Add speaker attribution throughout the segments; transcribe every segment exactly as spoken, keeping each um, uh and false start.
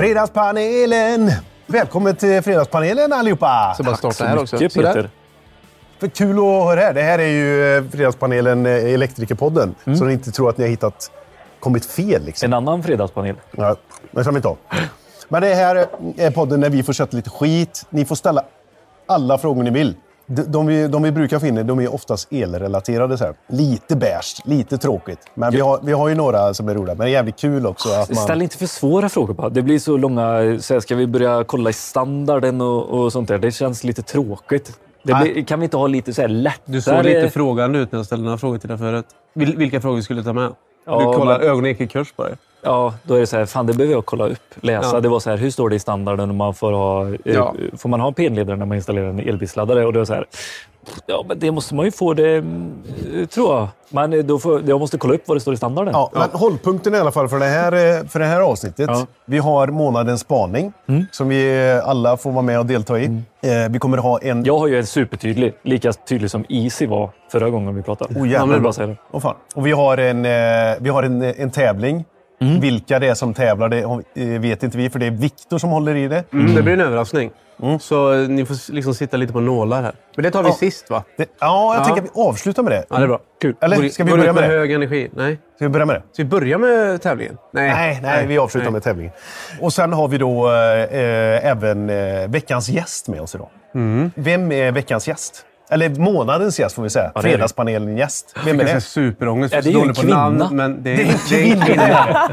Speaker 1: Fredagspanelen! Välkommen till Fredagspanelen allihopa!
Speaker 2: Så bara starta här också.
Speaker 1: Peter. För kul att höra här. Det här är ju Fredagspanelen Elektrikerpodden. Mm. Så ni inte tror att ni har hittat kommit fel. Liksom.
Speaker 3: En annan fredagspanel.
Speaker 1: Ja, det ska vi inte ha. Men det här är podden där vi får köta lite skit. Ni får ställa alla frågor ni vill. De, de, vi, de vi brukar finna, de är oftast elrelaterade. Så här. Lite bärs, lite tråkigt. Men vi har, vi har ju några som är roliga. Men det är jävligt kul också. Att man...
Speaker 3: Ställ inte för svåra frågor bara. Det blir så långa... Så här, ska vi börja kolla i standarden och, och sånt där? Det känns lite tråkigt. Det blir, kan vi inte ha lite så här lättare...
Speaker 2: Du såg lite frågande ut när jag ställde några frågor till dig förut. Vil, vilka frågor skulle du ta med? Ja, du kollar men... ögonen gick i kurs på det.
Speaker 3: Ja, då är det så här, fan det behöver jag kolla upp, läsa. Ja. Det var så här, hur står det i standarden om man får ha, ja. får man ha en P N-ledare när man installerar en elbilsladdare? Och då är det så här, ja men det måste man ju få det, tror jag. Men då får, jag måste kolla upp vad det står i standarden.
Speaker 1: Ja, men ja. Hållpunkten i alla fall för det här, för det här avsnittet. Ja. Vi har månadens spaning mm. som vi alla får vara med och delta i. Mm. Eh, vi kommer ha en...
Speaker 3: Jag har ju en supertydlig, lika tydlig som Easy var förra gången vi pratade.
Speaker 1: Oh,
Speaker 3: ja, men bara säga det.
Speaker 1: Oh, fan. Och vi har en, eh, vi har en, en tävling. Mm. Vilka det är som tävlar, det vet inte vi, för det är Viktor som håller i det.
Speaker 2: Mm. Det blir en överraskning. Mm. Så ni får liksom sitta lite på nålar här. Men det tar vi ja. sist, va?
Speaker 1: Det, ja, jag ja. tänker att vi avslutar med det.
Speaker 2: Ja, det är bra. Kul.
Speaker 1: Eller ska vi börja med, med
Speaker 2: hög energi? Nej.
Speaker 1: Ska vi börja med det?
Speaker 2: Ska vi börja med tävlingen?
Speaker 1: Nej, nej, nej vi avslutar nej. med tävlingen. Och sen har vi då eh, även eh, veckans gäst med oss idag. Mm. Vem är veckans gäst? Eller månadens gäst får vi säga. Ja, Fredagspanelen gäst. Vem är det?
Speaker 2: Superångest.
Speaker 3: Ja, det är ju en kvinna.
Speaker 2: Namn, men det är, det är en kvinna.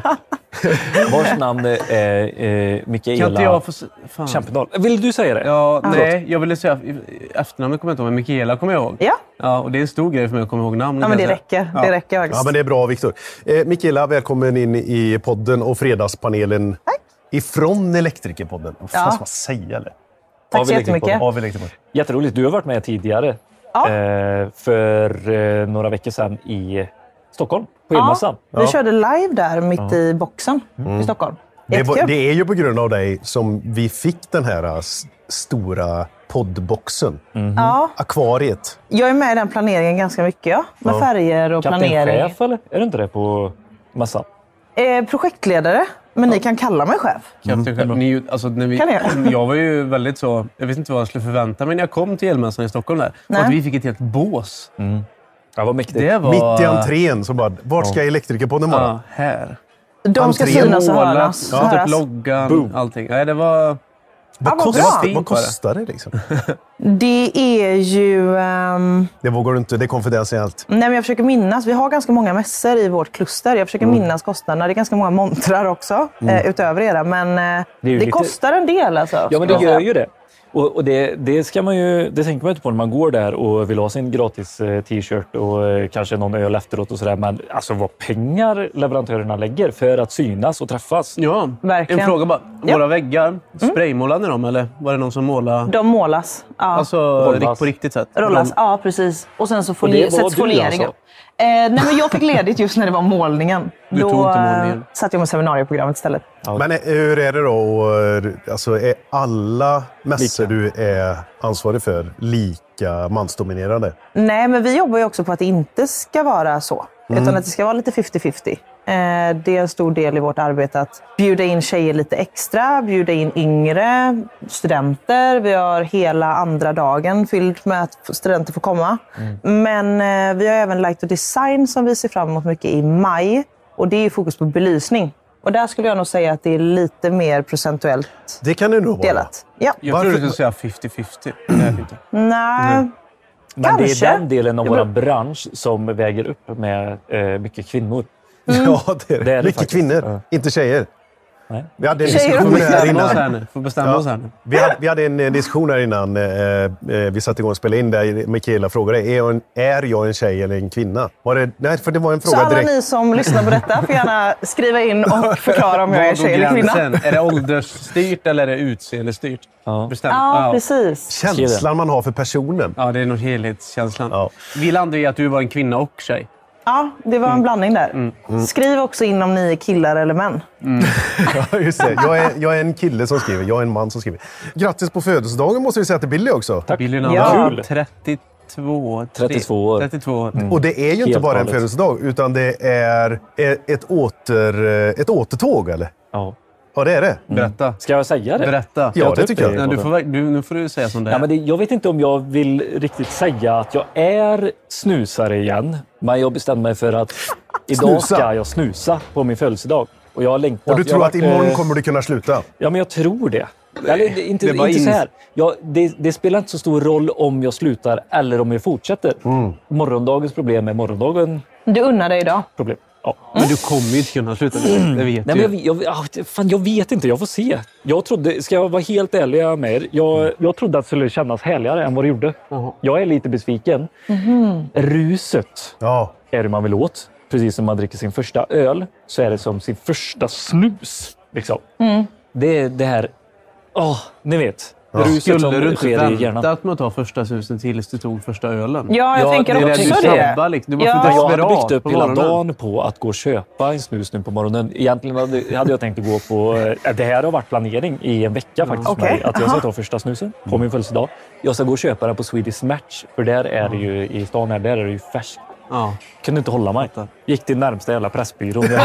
Speaker 3: Vars namn är eh, Mikaela få... Kämpendal. Vill du säga det?
Speaker 2: Ja, ah. nej. Jag ville säga efternamnet kommer jag inte ihåg, men Mikaela kommer jag ihåg.
Speaker 4: Ja.
Speaker 2: Ja, och det är en stor grej för mig att komma ihåg namnet.
Speaker 4: Ja, men det räcker. Ja. Det räcker faktiskt.
Speaker 1: Ja, men det är bra, Viktor. Eh, Mikaela, välkommen in i podden och Fredagspanelen. Tack. Ifrån Elektrikerpodden. Vad fan ska man säga, eller?
Speaker 4: Tack så jättemycket.
Speaker 3: Jätteroligt. Du har varit med tidigare. Ja. Eh, för eh, några veckor sedan i Stockholm. På Elmassan.
Speaker 4: Ja, vi ja. körde live där mitt ja. i boxen mm. i Stockholm.
Speaker 1: Det, var, det är ju på grund av dig som vi fick den här s- stora poddboxen. Mm.
Speaker 4: Ja.
Speaker 1: Akvariet.
Speaker 4: Jag är med i den planeringen ganska mycket. Ja. Med ja. färger och planering.
Speaker 3: Kaptenchef, eller? Är du inte det på massan?
Speaker 4: Eh, projektledare. Men
Speaker 2: ja.
Speaker 4: ni kan kalla mig chef.
Speaker 2: Mm. Ni, alltså, när vi,
Speaker 4: kan jag?
Speaker 2: jag var ju väldigt så... Jag vet inte vad jag skulle förvänta mig när jag kom till Elmässan i Stockholm där. Att vi fick ett helt bås.
Speaker 3: Mm. Ja, vad mäktigt.
Speaker 1: Det var... Mitt i entrén så bara... Vart ska Elektrikerpodden vara?
Speaker 2: Ja, här.
Speaker 4: De ska synas och höras.
Speaker 2: Ja, typ loggan, Boom. allting. Nej, det var...
Speaker 1: Vad,
Speaker 4: ja,
Speaker 1: kostar, vad kostar det liksom?
Speaker 4: Det är ju... Um...
Speaker 1: Det vågar du inte, det är konfidentiellt.
Speaker 4: Nej, men jag försöker minnas. Vi har ganska många mässor i vårt kluster. Jag försöker mm. minnas kostnaderna. Det är ganska många montrar också, mm. eh, utöver era. Men eh, det, det lite... kostar en del alltså.
Speaker 3: Ja, men det gör ju det. Och, och det, det, ska man ju, det tänker man inte på när man går där och vill ha sin gratis eh, t-shirt och eh, kanske någon öl efteråt och sådär. Men alltså vad pengar leverantörerna lägger för att synas och träffas.
Speaker 2: Ja, verkligen. En fråga bara. Ja. Våra väggar, spraymålade de eller var det någon som målade?
Speaker 4: De målas. Ja.
Speaker 2: Alltså Rollas. På riktigt sätt?
Speaker 4: Rollas, de... ja precis. Och sen så folier, sätts folieringen. Alltså. Eh, nej, men jag fick ledigt just när det var målningen.
Speaker 2: Du
Speaker 4: då
Speaker 2: tog inte målningen.
Speaker 4: Satt jag med seminarieprogrammet istället.
Speaker 1: Ja. Men hur är det då? Alltså, är alla mässor du är ansvarig för lika mansdominerade?
Speaker 4: Nej, men vi jobbar ju också på att det inte ska vara så. Mm. Utan att det ska vara lite femtio-femtio. Eh, det är en stor del i vårt arbete att bjuda in tjejer lite extra, bjuda in yngre studenter. Vi har hela andra dagen fylld med att studenter får komma. Mm. Men eh, vi har även Light och Design som vi ser fram emot mycket i maj. Och det är fokus på belysning. Och där skulle jag nog säga att det är lite mer procentuellt
Speaker 1: det kan det nog vara.
Speaker 4: Delat. Ja.
Speaker 2: Jag tror du skulle säga femtio-femtio. Det är inte.
Speaker 4: Nej. Mm.
Speaker 3: Men kanske. Det är den delen av vår bransch som väger upp med eh, mycket kvinnor.
Speaker 1: Mm. Ja, det är det. det, är det mycket faktiskt. Kvinnor, ja. Inte tjejer.
Speaker 3: Nej.
Speaker 1: Vi hade en diskussion här innan.
Speaker 2: Får bestämma oss här nu.
Speaker 1: Vi hade, vi hade en diskussion här innan eh, vi satte igång och spelade in där Mikaela frågade, är jag, en, är jag en tjej eller en kvinna? Var det, nej, för det var en fråga
Speaker 4: så alla
Speaker 1: direkt.
Speaker 4: Ni som lyssnar på detta får gärna skriva in och förklara om jag är tjej eller kvinna.
Speaker 2: Är det åldersstyrt eller är det utseendestyrt?
Speaker 4: Ja, ja, precis.
Speaker 1: Känslan man har för personen.
Speaker 2: Ja, det är nog helhetskänslan. Ja. Vi landade i att du var en kvinna och tjej.
Speaker 4: Ja, det var en mm. blandning där. Mm. Mm. Skriv också in om ni är killar eller män.
Speaker 1: Mm. Ja, just det. Jag är, jag är en kille som skriver, jag är en man som skriver. Grattis på födelsedagen måste vi säga till Billy också.
Speaker 2: Tack. Billy ja. trettiotvå
Speaker 3: trettiotvå år.
Speaker 2: trettiotvå år.
Speaker 1: Mm. Och det är ju inte Helt bara en födelsedag, utan det är ett, åter, ett återtåg, eller?
Speaker 3: Ja.
Speaker 1: Ja, det är det.
Speaker 2: Berätta.
Speaker 3: Ska jag säga det?
Speaker 2: Berätta.
Speaker 1: Ja,
Speaker 3: jag
Speaker 1: det tycker jag.
Speaker 2: Nej, du får, du, nu får du säga som det är.
Speaker 3: Ja, men det, jag vet inte om jag vill riktigt säga att jag är snusare igen. Men jag bestämde mig för att idag
Speaker 1: Snusa.
Speaker 3: ska jag snusa på min födelsedag. Och jag har längtat.
Speaker 1: Och du
Speaker 3: jag
Speaker 1: tror
Speaker 3: har
Speaker 1: att
Speaker 3: varit,
Speaker 1: imorgon
Speaker 3: eh,
Speaker 1: kommer du kunna sluta?
Speaker 3: Ja, men jag tror det. Eller, det- inte
Speaker 2: det var
Speaker 3: inte
Speaker 2: in-
Speaker 3: så här. Jag, det, det spelar inte så stor roll om jag slutar eller om jag fortsätter.
Speaker 1: Mm.
Speaker 3: Morgondagens problem är morgondagens
Speaker 4: Du unnar dig idag.
Speaker 3: problem. Ja.
Speaker 2: Men du kommer ju inte kunna sluta nu. Det vet
Speaker 3: Nej,
Speaker 2: du.
Speaker 3: men jag, jag, ah, fan, jag vet inte, jag får se. Jag trodde, ska jag vara helt ärlig med er, jag, jag trodde att det skulle kännas härligare än vad det gjorde.
Speaker 2: Jaha.
Speaker 3: Jag är lite besviken. Ruset
Speaker 1: Ja.
Speaker 3: är det man vill åt. Precis som man dricker sin första öl så är det som sin första snus. Liksom. Det är det här, åh, ni vet. Ruset
Speaker 2: Skulle
Speaker 3: som
Speaker 2: du inte
Speaker 3: sker i hjärnan.
Speaker 2: väntat med att ta första susen tills du tog första ölen?
Speaker 4: Ja, jag
Speaker 3: Ja,
Speaker 4: tänker
Speaker 3: det är
Speaker 4: också
Speaker 2: du
Speaker 4: det.
Speaker 2: sabbar, liksom. Du var
Speaker 4: Ja.
Speaker 2: för
Speaker 3: Jag hade
Speaker 2: desperat
Speaker 3: byggt upp
Speaker 2: på
Speaker 3: hela
Speaker 2: morgonen.
Speaker 3: dagen på att gå och köpa en snus nu på morgonen. Egentligen hade, hade jag tänkt att gå på... eh, Det här har varit planering i en vecka faktiskt för
Speaker 4: Okej.
Speaker 3: mig. Att jag ska ta första snusen på min födelsedag. Jag ska gå och köpa den på Swedish Match. För där är det ju i stan här, där är det ju färskt.
Speaker 2: Ja.
Speaker 3: Kunde inte hålla mig. Gick till närmsta jävla pressbyrån. Nej,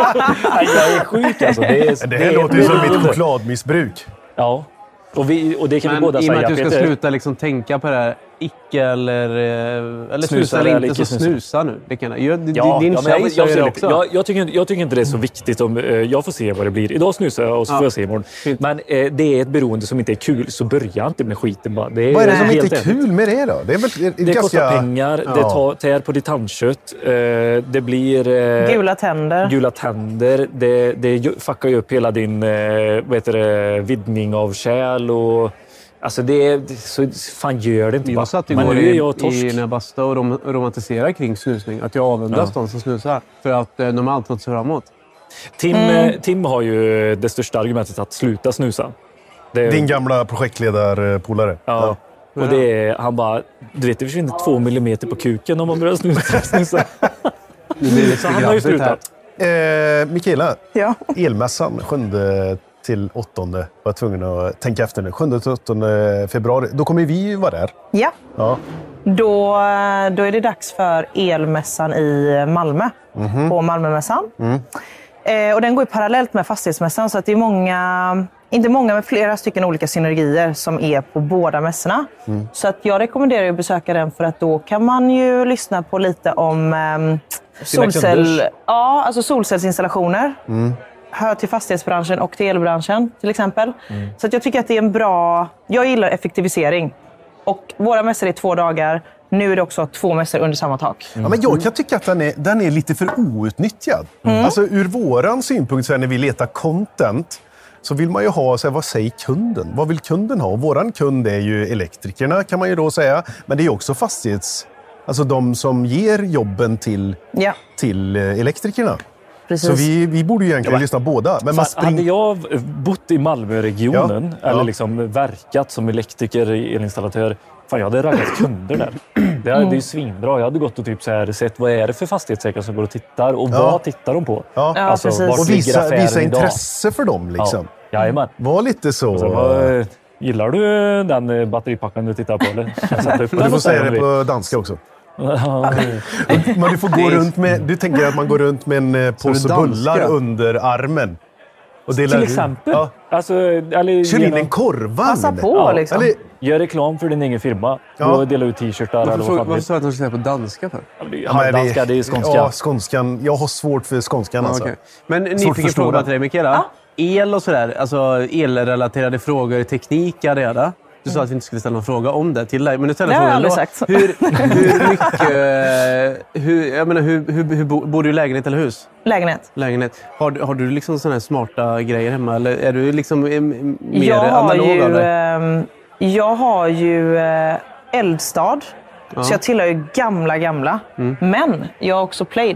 Speaker 3: jag är sjuk alltså. Det, är,
Speaker 1: Det här
Speaker 3: är
Speaker 1: låter ju som mitt
Speaker 3: beroende.
Speaker 1: chokladmissbruk.
Speaker 3: Ja. Och, vi, och det kan vi
Speaker 2: Men
Speaker 3: båda
Speaker 2: i och med
Speaker 3: säga.
Speaker 2: att du ska
Speaker 3: Peter.
Speaker 2: sluta liksom tänka på det här icke eller... eh, Eller
Speaker 3: Snusa
Speaker 2: snusa
Speaker 3: eller
Speaker 2: eller inte,
Speaker 3: icke
Speaker 2: så
Speaker 3: snusa.
Speaker 2: snusa nu. Det kan, ja, din
Speaker 3: Ja,
Speaker 2: din
Speaker 3: ja, men
Speaker 2: tjej
Speaker 3: jag,
Speaker 2: säger
Speaker 3: jag,
Speaker 2: det
Speaker 3: jag,
Speaker 2: också.
Speaker 3: jag, jag, tycker, jag tycker inte det är så viktigt. Om, eh, jag får se vad det blir. Idag snusar jag och så
Speaker 2: Ja.
Speaker 3: får jag se imorgon.
Speaker 2: Fint.
Speaker 3: Men eh, det är ett beroende som inte är kul, så börja inte med skiten bara. Det är,
Speaker 1: Vad är det som
Speaker 3: helt
Speaker 1: inte är
Speaker 3: ärligt.
Speaker 1: kul med det då? Det är väl det är
Speaker 3: Det
Speaker 1: ganska...
Speaker 3: kostar pengar, det
Speaker 1: Ja.
Speaker 3: tar, tär på ditt tandkött, eh, det blir... Eh,
Speaker 4: Gula tänder.
Speaker 3: Gula tänder. Det, det ju- fuckar ju upp hela din eh, vad heter det, vidgning av kärl och... Alltså det är... det- Så fan gör det inte bara.
Speaker 2: Jag satt
Speaker 3: Men
Speaker 2: igår
Speaker 3: nu är
Speaker 2: i,
Speaker 3: jag torsk.
Speaker 2: i Nabasta och rom, romantiserade kring snusning. Att jag avundas
Speaker 3: Ja.
Speaker 2: de som snusar. För att eh, de har alltid nått sig framåt.
Speaker 3: Tim, eh, Tim har ju det största argumentet att sluta snusa. Det,
Speaker 1: Din gamla projektledarpolare.
Speaker 3: Ja. Och det är, han bara, du vet det försvinner två millimeter på kuken om man börjar snusa. snusa.
Speaker 2: Det blir lite
Speaker 3: Så han har ju
Speaker 2: grabbigt här.
Speaker 3: slutat.
Speaker 1: Eh, Mikaela,
Speaker 4: Ja.
Speaker 1: elmässan sjunde till åttonde var jag tvungen att tänka efter nu. sjunde till åttonde februari. Då kommer vi vara där.
Speaker 4: Ja.
Speaker 1: Ja.
Speaker 4: Då, då är det dags för elmässan i Malmö. På Malmömässan. Eh, och den går ju parallellt med fastighetsmässan. Så att det är många, inte många, men flera stycken olika synergier som är på båda mässorna. Så att jag rekommenderar att besöka den för att då kan man ju lyssna på lite om ehm, solcell,
Speaker 3: kunders.
Speaker 4: ja, alltså solcellsinstallationer. Hör till fastighetsbranschen och till elbranschen till exempel. Så att jag tycker att det är en bra... Jag gillar effektivisering. Och våra mässor är två dagar. Nu är det också två mässor under samma tak.
Speaker 1: Ja, men jag kan tycka att den är, den är lite för outnyttjad. Alltså ur våran synpunkt, så här, när vi letar content, så vill man ju ha, så här, vad säger kunden? Vad vill kunden ha? Våran kund är ju elektrikerna kan man ju då säga. Men det är också fastighets... Alltså de som ger jobben till,
Speaker 4: Ja,
Speaker 1: till eh, elektrikerna.
Speaker 4: precis.
Speaker 1: Så vi, vi borde ju egentligen lyssna båda. Men man
Speaker 3: Fan, hade
Speaker 1: spring...
Speaker 3: jag bott i Malmöregionen
Speaker 1: Ja,
Speaker 3: eller
Speaker 1: ja.
Speaker 3: liksom verkat som elektriker, elinstallatör, fan jag hade raggat kunder där. Det är, det är ju svinbra. Jag hade gått och typ så här, sett vad är det för fastighetsägare som går och tittar och
Speaker 1: Ja.
Speaker 3: vad tittar de på?
Speaker 1: Ja.
Speaker 4: Ja,
Speaker 3: Alltså,
Speaker 4: precis.
Speaker 3: vart
Speaker 1: Och
Speaker 3: ligger
Speaker 1: visa,
Speaker 3: affären
Speaker 1: visa
Speaker 3: idag?
Speaker 1: intresse för dem liksom.
Speaker 3: Ja, jajamän.
Speaker 1: Var lite så.
Speaker 3: Och sen, vad, gillar du den eh, batteripackaren du tittar på? Eller? Jag satte upp den
Speaker 1: Du får
Speaker 3: och
Speaker 1: säga
Speaker 3: sen-
Speaker 1: det på danska också.
Speaker 3: Ja,
Speaker 1: Men du får gå runt med... Du tänker att man går runt med en eh, påse
Speaker 2: danska?
Speaker 1: bullar under armen. Och delar
Speaker 3: till
Speaker 1: ut.
Speaker 3: exempel.
Speaker 1: Ja.
Speaker 3: Alltså, eller,
Speaker 1: Kör in
Speaker 3: genom-
Speaker 1: en korvvagn.
Speaker 4: Passa på
Speaker 3: Ja,
Speaker 4: liksom.
Speaker 1: Eller,
Speaker 3: Gör reklam för din egen firma.
Speaker 1: Ja.
Speaker 3: Gå och dela ut t-shirtar eller
Speaker 2: Varför
Speaker 3: vad
Speaker 2: fråga-
Speaker 3: fan du
Speaker 2: varför
Speaker 3: vill.
Speaker 2: sa du att de skulle säga på danska för?
Speaker 3: Det är halvdanska, det är skånska.
Speaker 1: Ja, skånskan. Jag har svårt för skånskan
Speaker 2: Ja,
Speaker 1: alltså.
Speaker 2: okej. Men
Speaker 1: att
Speaker 2: nyfiken
Speaker 1: förstå
Speaker 2: fråga
Speaker 1: den.
Speaker 2: till dig, Mikaela. El och sådär, alltså elrelaterade frågor, teknik, är det där? Du sa att vi inte skulle ställa någon fråga om det till dig, men nu ställer
Speaker 4: Det
Speaker 2: jag
Speaker 4: har jag
Speaker 2: frågan
Speaker 4: aldrig
Speaker 2: ändå.
Speaker 4: sagt.
Speaker 2: Hur, hur mycket... Hur, jag menar, hur, hur, hur, bo- bor du i lägenhet eller hus?
Speaker 4: Lägenhet.
Speaker 2: Lägenhet. Har, du- har du liksom sådana här smarta grejer hemma? Eller är du liksom eh, m- mer
Speaker 4: Jag har
Speaker 2: analog
Speaker 4: ju,
Speaker 2: av dig?
Speaker 4: ehm, jag har ju eh, eldstad. Så jag tillhör ju gamla, gamla. Men jag har också Played.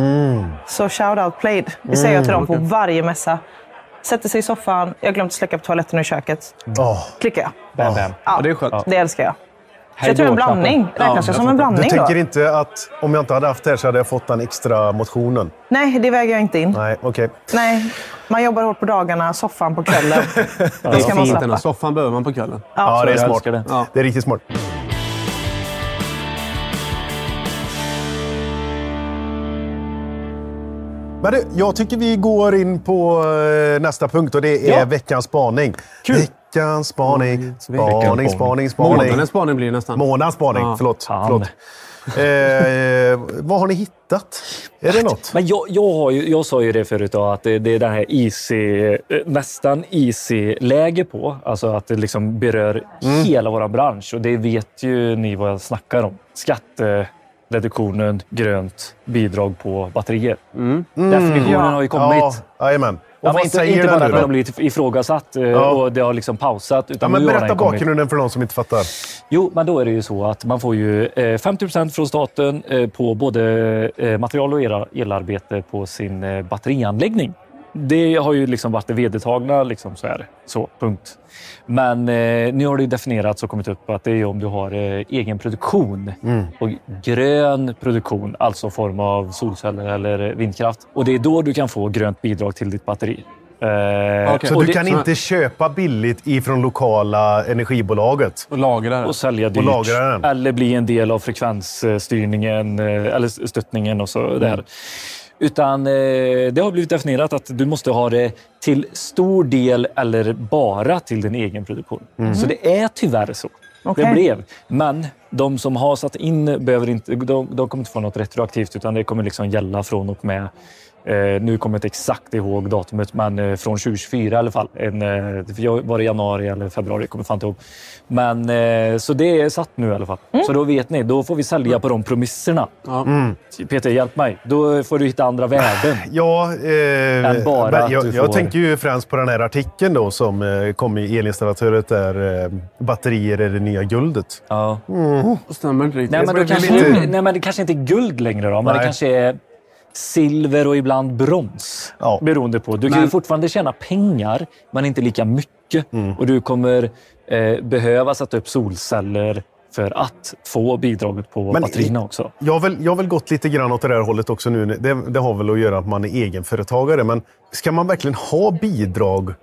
Speaker 4: Så shout out Played. Det säger jag till dem på varje mässa. Sätter sig i soffan. Jag har glömt att släcka på toaletten och i köket.
Speaker 1: Åh.
Speaker 4: Klickar jag.
Speaker 3: Bam, bam.
Speaker 4: Ja,
Speaker 2: Ja, det är skönt.
Speaker 4: det älskar jag. Så
Speaker 3: Hej
Speaker 4: jag tror
Speaker 3: då,
Speaker 4: en blandning.
Speaker 3: knappen.
Speaker 4: Räknas
Speaker 2: Ja,
Speaker 4: jag som
Speaker 2: jag
Speaker 4: en
Speaker 2: fattar.
Speaker 1: Du
Speaker 4: blandning
Speaker 1: tänker
Speaker 4: då?
Speaker 1: inte att om jag inte hade haft det här så hade jag fått den extra motionen?
Speaker 4: Nej, det väger jag inte in.
Speaker 1: Nej, okej.
Speaker 4: Nej, man jobbar hårt på dagarna, soffan på kvällen.
Speaker 2: Det
Speaker 4: Det
Speaker 2: är
Speaker 4: ska man
Speaker 2: fint ändå.
Speaker 4: släppa.
Speaker 2: Soffan behöver man på kvällen.
Speaker 1: Ja, det är
Speaker 3: jag
Speaker 1: smart.
Speaker 3: älskar det.
Speaker 2: Ja.
Speaker 1: Det är riktigt smart. Men det, jag tycker vi går in på eh, nästa punkt och det är
Speaker 3: Ja.
Speaker 1: veckans spaning.
Speaker 3: Kul.
Speaker 1: Veckans spaning.
Speaker 2: Mm,
Speaker 1: Spaning, spaning, spaning.
Speaker 2: Månadens spaning blir det nästan.
Speaker 1: Månadens spaning,
Speaker 2: Ja.
Speaker 1: förlåt.
Speaker 3: Fan.
Speaker 1: förlåt. Eh, vad har ni hittat? Är det något?
Speaker 3: Men jag, jag, har ju, jag sa ju det förut då, att det, det är det här easy, eh, nästan easy-läge på. Alltså att det liksom berör
Speaker 1: Mm.
Speaker 3: hela vår bransch. Och det vet ju ni vad jag snackar om. Skattereduktionen, grönt bidrag på batterier. Definitionen har ju kommit.
Speaker 1: Ja, jajamän. Och
Speaker 3: Ja, men
Speaker 1: vad
Speaker 3: inte,
Speaker 1: säger
Speaker 3: inte
Speaker 1: den
Speaker 3: bara
Speaker 1: nu
Speaker 3: att den
Speaker 1: då?
Speaker 3: har blivit ifrågasatt eh,
Speaker 1: Ja.
Speaker 3: och det har liksom pausat.
Speaker 1: Ja,
Speaker 3: Utan
Speaker 1: men
Speaker 3: nu har
Speaker 1: berätta
Speaker 3: den kommit.
Speaker 1: bakgrunden för de som inte fattar.
Speaker 3: Jo, men då är det ju så att man får ju eh, femtio procent från staten eh, på både eh, material och el- elarbete på sin eh, batterianläggning. Det har ju liksom varit det vedertagna, liksom så här. Så, punkt. Men eh, nu har det ju definierats och kommit upp att det är om du har eh, egen produktion. Och grön produktion, alltså form av solceller eller vindkraft. Och det är då du kan få grönt bidrag till ditt batteri. Eh,
Speaker 2: Okej.
Speaker 1: Så
Speaker 3: och
Speaker 1: du
Speaker 3: det-
Speaker 1: kan inte köpa billigt ifrån lokala energibolaget?
Speaker 2: Och lagra
Speaker 3: och sälja dyrt.
Speaker 1: lagra den.
Speaker 3: Eller bli en del av frekvensstyrningen eh, eller stöttningen och så där. Utan eh, det har blivit definierat att du måste ha det till stor del eller bara till din egen produktion. Så det är tyvärr så.
Speaker 4: Okej.
Speaker 3: Det blev. Men de som har satt in behöver inte, de, de kommer inte få något retroaktivt utan det kommer liksom gälla från och med Eh, nu kommer jag inte exakt ihåg datumet, men eh, från tjugo tjugofyra i alla fall. En, eh, för var det januari eller februari, kommer fan inte ihåg. Men eh, så det är satt nu i alla fall. Så då vet ni, då får vi sälja på de premisserna.
Speaker 2: Ja.
Speaker 3: Peter, hjälp mig. Då får du hitta andra värden.
Speaker 1: Ja, eh,
Speaker 3: Än bara
Speaker 1: men
Speaker 3: att
Speaker 1: jag,
Speaker 3: du
Speaker 1: jag
Speaker 3: får-
Speaker 1: tänker ju främst på den här artikeln då som eh, kom i Elinstallatöret där eh, batterier är det nya guldet.
Speaker 3: Ja.
Speaker 2: Det stämmer inte riktigt.
Speaker 3: Nej, men då
Speaker 1: blir
Speaker 3: kanske,
Speaker 1: lite-
Speaker 3: nej, men det kanske inte är guld längre då, men
Speaker 1: Nej.
Speaker 3: det kanske är silver och ibland brons.
Speaker 1: Ja.
Speaker 3: Beroende på. Du kan
Speaker 2: Men-
Speaker 3: ju fortfarande tjäna pengar, men inte lika mycket.
Speaker 1: Mm.
Speaker 3: Och du kommer eh, behöva sätta upp solceller för att få bidraget på
Speaker 1: Men
Speaker 3: batterierna
Speaker 1: i-
Speaker 3: också.
Speaker 1: Jag har, väl, jag har väl gått lite grann åt det där hållet också nu. Det, det har väl att göra att man är egenföretagare. Men ska man verkligen ha bidrag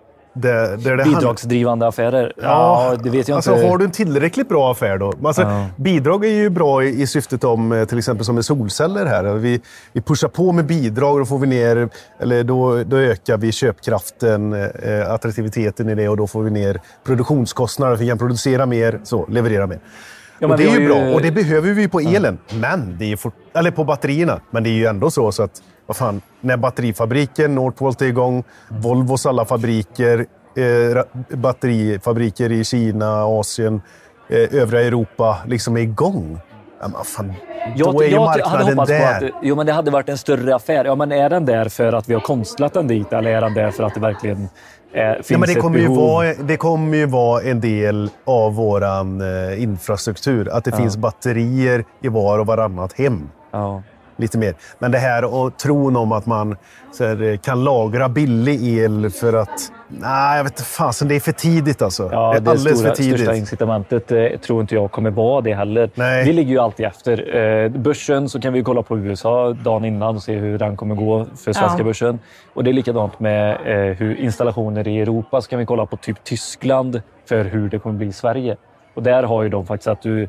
Speaker 1: där, där det handlar-
Speaker 3: Bidragsdrivande affärer? Ja,
Speaker 1: Ja,
Speaker 3: det vet jag
Speaker 1: alltså,
Speaker 3: inte.
Speaker 1: har du en tillräckligt bra affär då? Alltså,
Speaker 3: Ja.
Speaker 1: Bidrag är ju bra i, i syftet om eh, till exempel som med solceller här. Vi, vi pushar på med bidrag, då får vi ner, eller då, då ökar vi köpkraften, eh, attraktiviteten i det och då får vi ner produktionskostnader. Vi kan producera mer, så leverera mer.
Speaker 3: Ja,
Speaker 1: och
Speaker 3: men
Speaker 1: det
Speaker 3: vi
Speaker 1: är
Speaker 3: har
Speaker 1: ju
Speaker 3: ju-
Speaker 1: bra och det behöver vi på elen, men det är fort, eller på batterierna. Men det är ju ändå så, så att vad fan, när batterifabriken Northvolt är igång, Volvos alla fabriker, eh, ra- batterifabriker i Kina, Asien, eh, övriga Europa liksom är igång. Ja, men fan,
Speaker 3: Jag,
Speaker 1: då är ju
Speaker 3: jag hade
Speaker 1: marknaden
Speaker 3: hoppats
Speaker 1: där.
Speaker 3: på att jo, men det hade varit en större affär. Ja, men är den där för att vi har konstlat den dit eller är den där för att det verkligen eh, finns
Speaker 1: Ja, men det,
Speaker 3: ett
Speaker 1: kommer ju
Speaker 3: behov?
Speaker 1: vara, det kommer ju vara en del av våran eh, infrastruktur. Att det finns batterier i var och varannat hem.
Speaker 3: Ja.
Speaker 1: Lite mer. Men det här och tron om att man så här, kan lagra billig el för att... Nej, jag vet inte fasen. Det är för tidigt alltså.
Speaker 3: Ja,
Speaker 1: det är
Speaker 3: det
Speaker 1: alldeles
Speaker 3: stora,
Speaker 1: för tidigt.
Speaker 3: största incitamentet eh, tror inte jag kommer vara det heller.
Speaker 1: Nej.
Speaker 3: Vi ligger ju alltid efter. Eh, börsen så kan vi kolla på U S A dagen innan och se hur den kommer gå för svenska
Speaker 4: Ja.
Speaker 3: börsen. Och det är likadant med eh, hur installationer i Europa så kan vi kolla på typ Tyskland för hur det kommer bli i Sverige. Och där har ju de faktiskt att du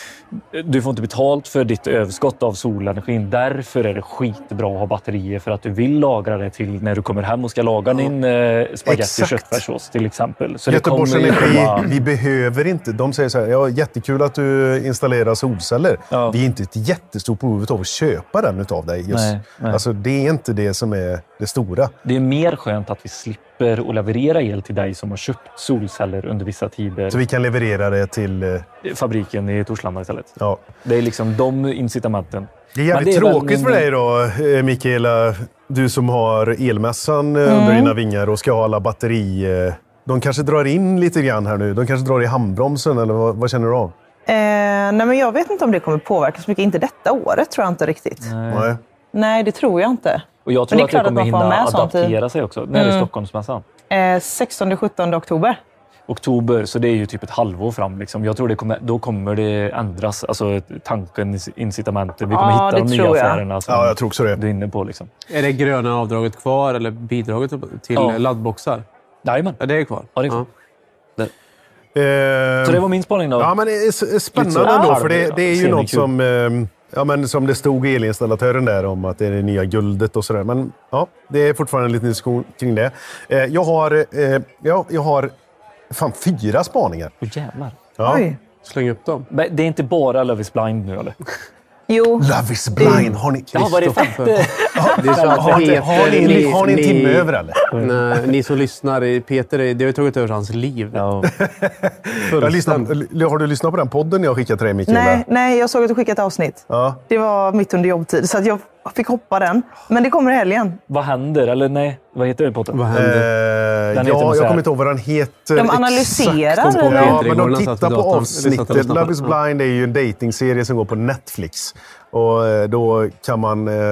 Speaker 3: Du får inte betalt för ditt överskott av solenergin. Därför är det skitbra att ha batterier för att du vill lagra det till när du kommer hem och ska laga din eh, spagetti
Speaker 1: Exakt.
Speaker 3: köttfärssås till exempel. Så
Speaker 1: Göteborgs
Speaker 3: det kommer ju
Speaker 1: Energi,
Speaker 3: komma-
Speaker 1: vi behöver inte... De säger så här, ja, jättekul att du installerar solceller.
Speaker 3: Ja.
Speaker 1: Vi är inte ett jättestort behov av att köpa den utav dig. Just.
Speaker 3: Nej, nej.
Speaker 1: Alltså, det är inte det som är det stora.
Speaker 3: Det är mer skönt att vi slipper att leverera el till dig som har köpt solceller under vissa tider.
Speaker 1: Så vi kan leverera det till... eh,
Speaker 3: Fabriken i Torslanda istället.
Speaker 1: Ja.
Speaker 3: Det är liksom de incitamenten.
Speaker 1: Det är
Speaker 3: Men
Speaker 1: jävligt
Speaker 3: det är väl
Speaker 1: tråkigt
Speaker 3: min-
Speaker 1: för dig då, eh, Mikaela. Du som har elmässan eh,
Speaker 3: Mm.
Speaker 1: under dina vingar och ska ha alla batteri... eh, De kanske drar in lite grann här nu. De kanske drar i handbromsen, eller vad, vad känner du av?
Speaker 4: Eh, nej, men jag vet inte om det kommer påverka så mycket. Inte detta året tror jag inte riktigt. Nej,
Speaker 1: Nej.
Speaker 4: nej det tror jag inte.
Speaker 3: Och jag
Speaker 4: Men
Speaker 3: tror
Speaker 4: det är
Speaker 3: att det
Speaker 4: klart att
Speaker 3: kommer
Speaker 4: man får ha
Speaker 3: hinna
Speaker 4: med sånt i-
Speaker 3: adaptera sig också. När är Stockholmsmässan?
Speaker 4: Eh, sextonde sjuttonde oktober.
Speaker 3: Oktober, så det är ju typ ett halvår fram. Liksom. Jag tror det kommer, då kommer det ändras. Alltså tanken, incitamentet. Vi kommer
Speaker 4: Ja,
Speaker 3: hitta
Speaker 4: det
Speaker 3: de nya
Speaker 4: tror jag.
Speaker 3: affärerna som
Speaker 1: Ja, jag tror också det.
Speaker 3: du är inne på. Liksom.
Speaker 2: Är det gröna avdraget kvar eller bidraget till
Speaker 3: Ja.
Speaker 2: laddboxar?
Speaker 3: Jajamän.
Speaker 2: Ja, det är kvar.
Speaker 3: Ja, det är kvar.
Speaker 1: Eh,
Speaker 3: Så det var min spaning då.
Speaker 1: Ja, men det är s- är spännande
Speaker 3: Lite så
Speaker 1: ändå,
Speaker 3: halv-
Speaker 1: för det, det är ju något
Speaker 3: semikul.
Speaker 1: som... Eh, Ja, men som det stod i elinstallatören där om att det är det nya guldet och sådär. Men ja, det är fortfarande en liten diskussion kring det. Eh, jag har, eh, ja, jag har fan fyra spaningar.
Speaker 3: Åh jävlar.
Speaker 1: Ja.
Speaker 4: Oj.
Speaker 2: Släng upp dem.
Speaker 3: Men det är inte bara Love is blind nu, eller?
Speaker 4: Jo.
Speaker 1: Love is blind, har ni...
Speaker 3: Ja, vad är det femte?
Speaker 2: Det är så att
Speaker 1: Har ni,
Speaker 2: Peter,
Speaker 1: har ni,
Speaker 2: ni-
Speaker 1: har ni en
Speaker 2: ni-
Speaker 1: timme över eller?
Speaker 2: Nej, ni som lyssnar, Peter, det har ju tagit över hans liv.
Speaker 3: Ja.
Speaker 1: Jag lyssnar, har du lyssnat på den podden jag skickade till dig, Mikaela?
Speaker 4: Nej, nej, jag såg att du skickade ett avsnitt.
Speaker 1: Ja.
Speaker 4: Det var mitt under jobbtid, så att jag fick hoppa den. Men det kommer i helgen.
Speaker 3: Vad händer? Eller nej, vad heter den podden?
Speaker 2: Vad
Speaker 1: Eh,
Speaker 2: händer?
Speaker 3: Den heter något
Speaker 1: ja,
Speaker 3: så
Speaker 1: jag
Speaker 3: här.
Speaker 1: kommer inte ihåg vad den heter.
Speaker 4: De analyserar,
Speaker 1: exakt.
Speaker 4: eller?
Speaker 1: Ja,
Speaker 2: Peter
Speaker 1: men
Speaker 2: igår
Speaker 1: de
Speaker 2: när han satt
Speaker 1: tittar
Speaker 2: vid
Speaker 1: på
Speaker 2: datorn. Vi satt och
Speaker 1: avsnittet.
Speaker 2: lyssnade
Speaker 1: Love is
Speaker 2: på-
Speaker 1: blind är ju en datingserie som går på Netflix. Och eh, då kan man... Eh,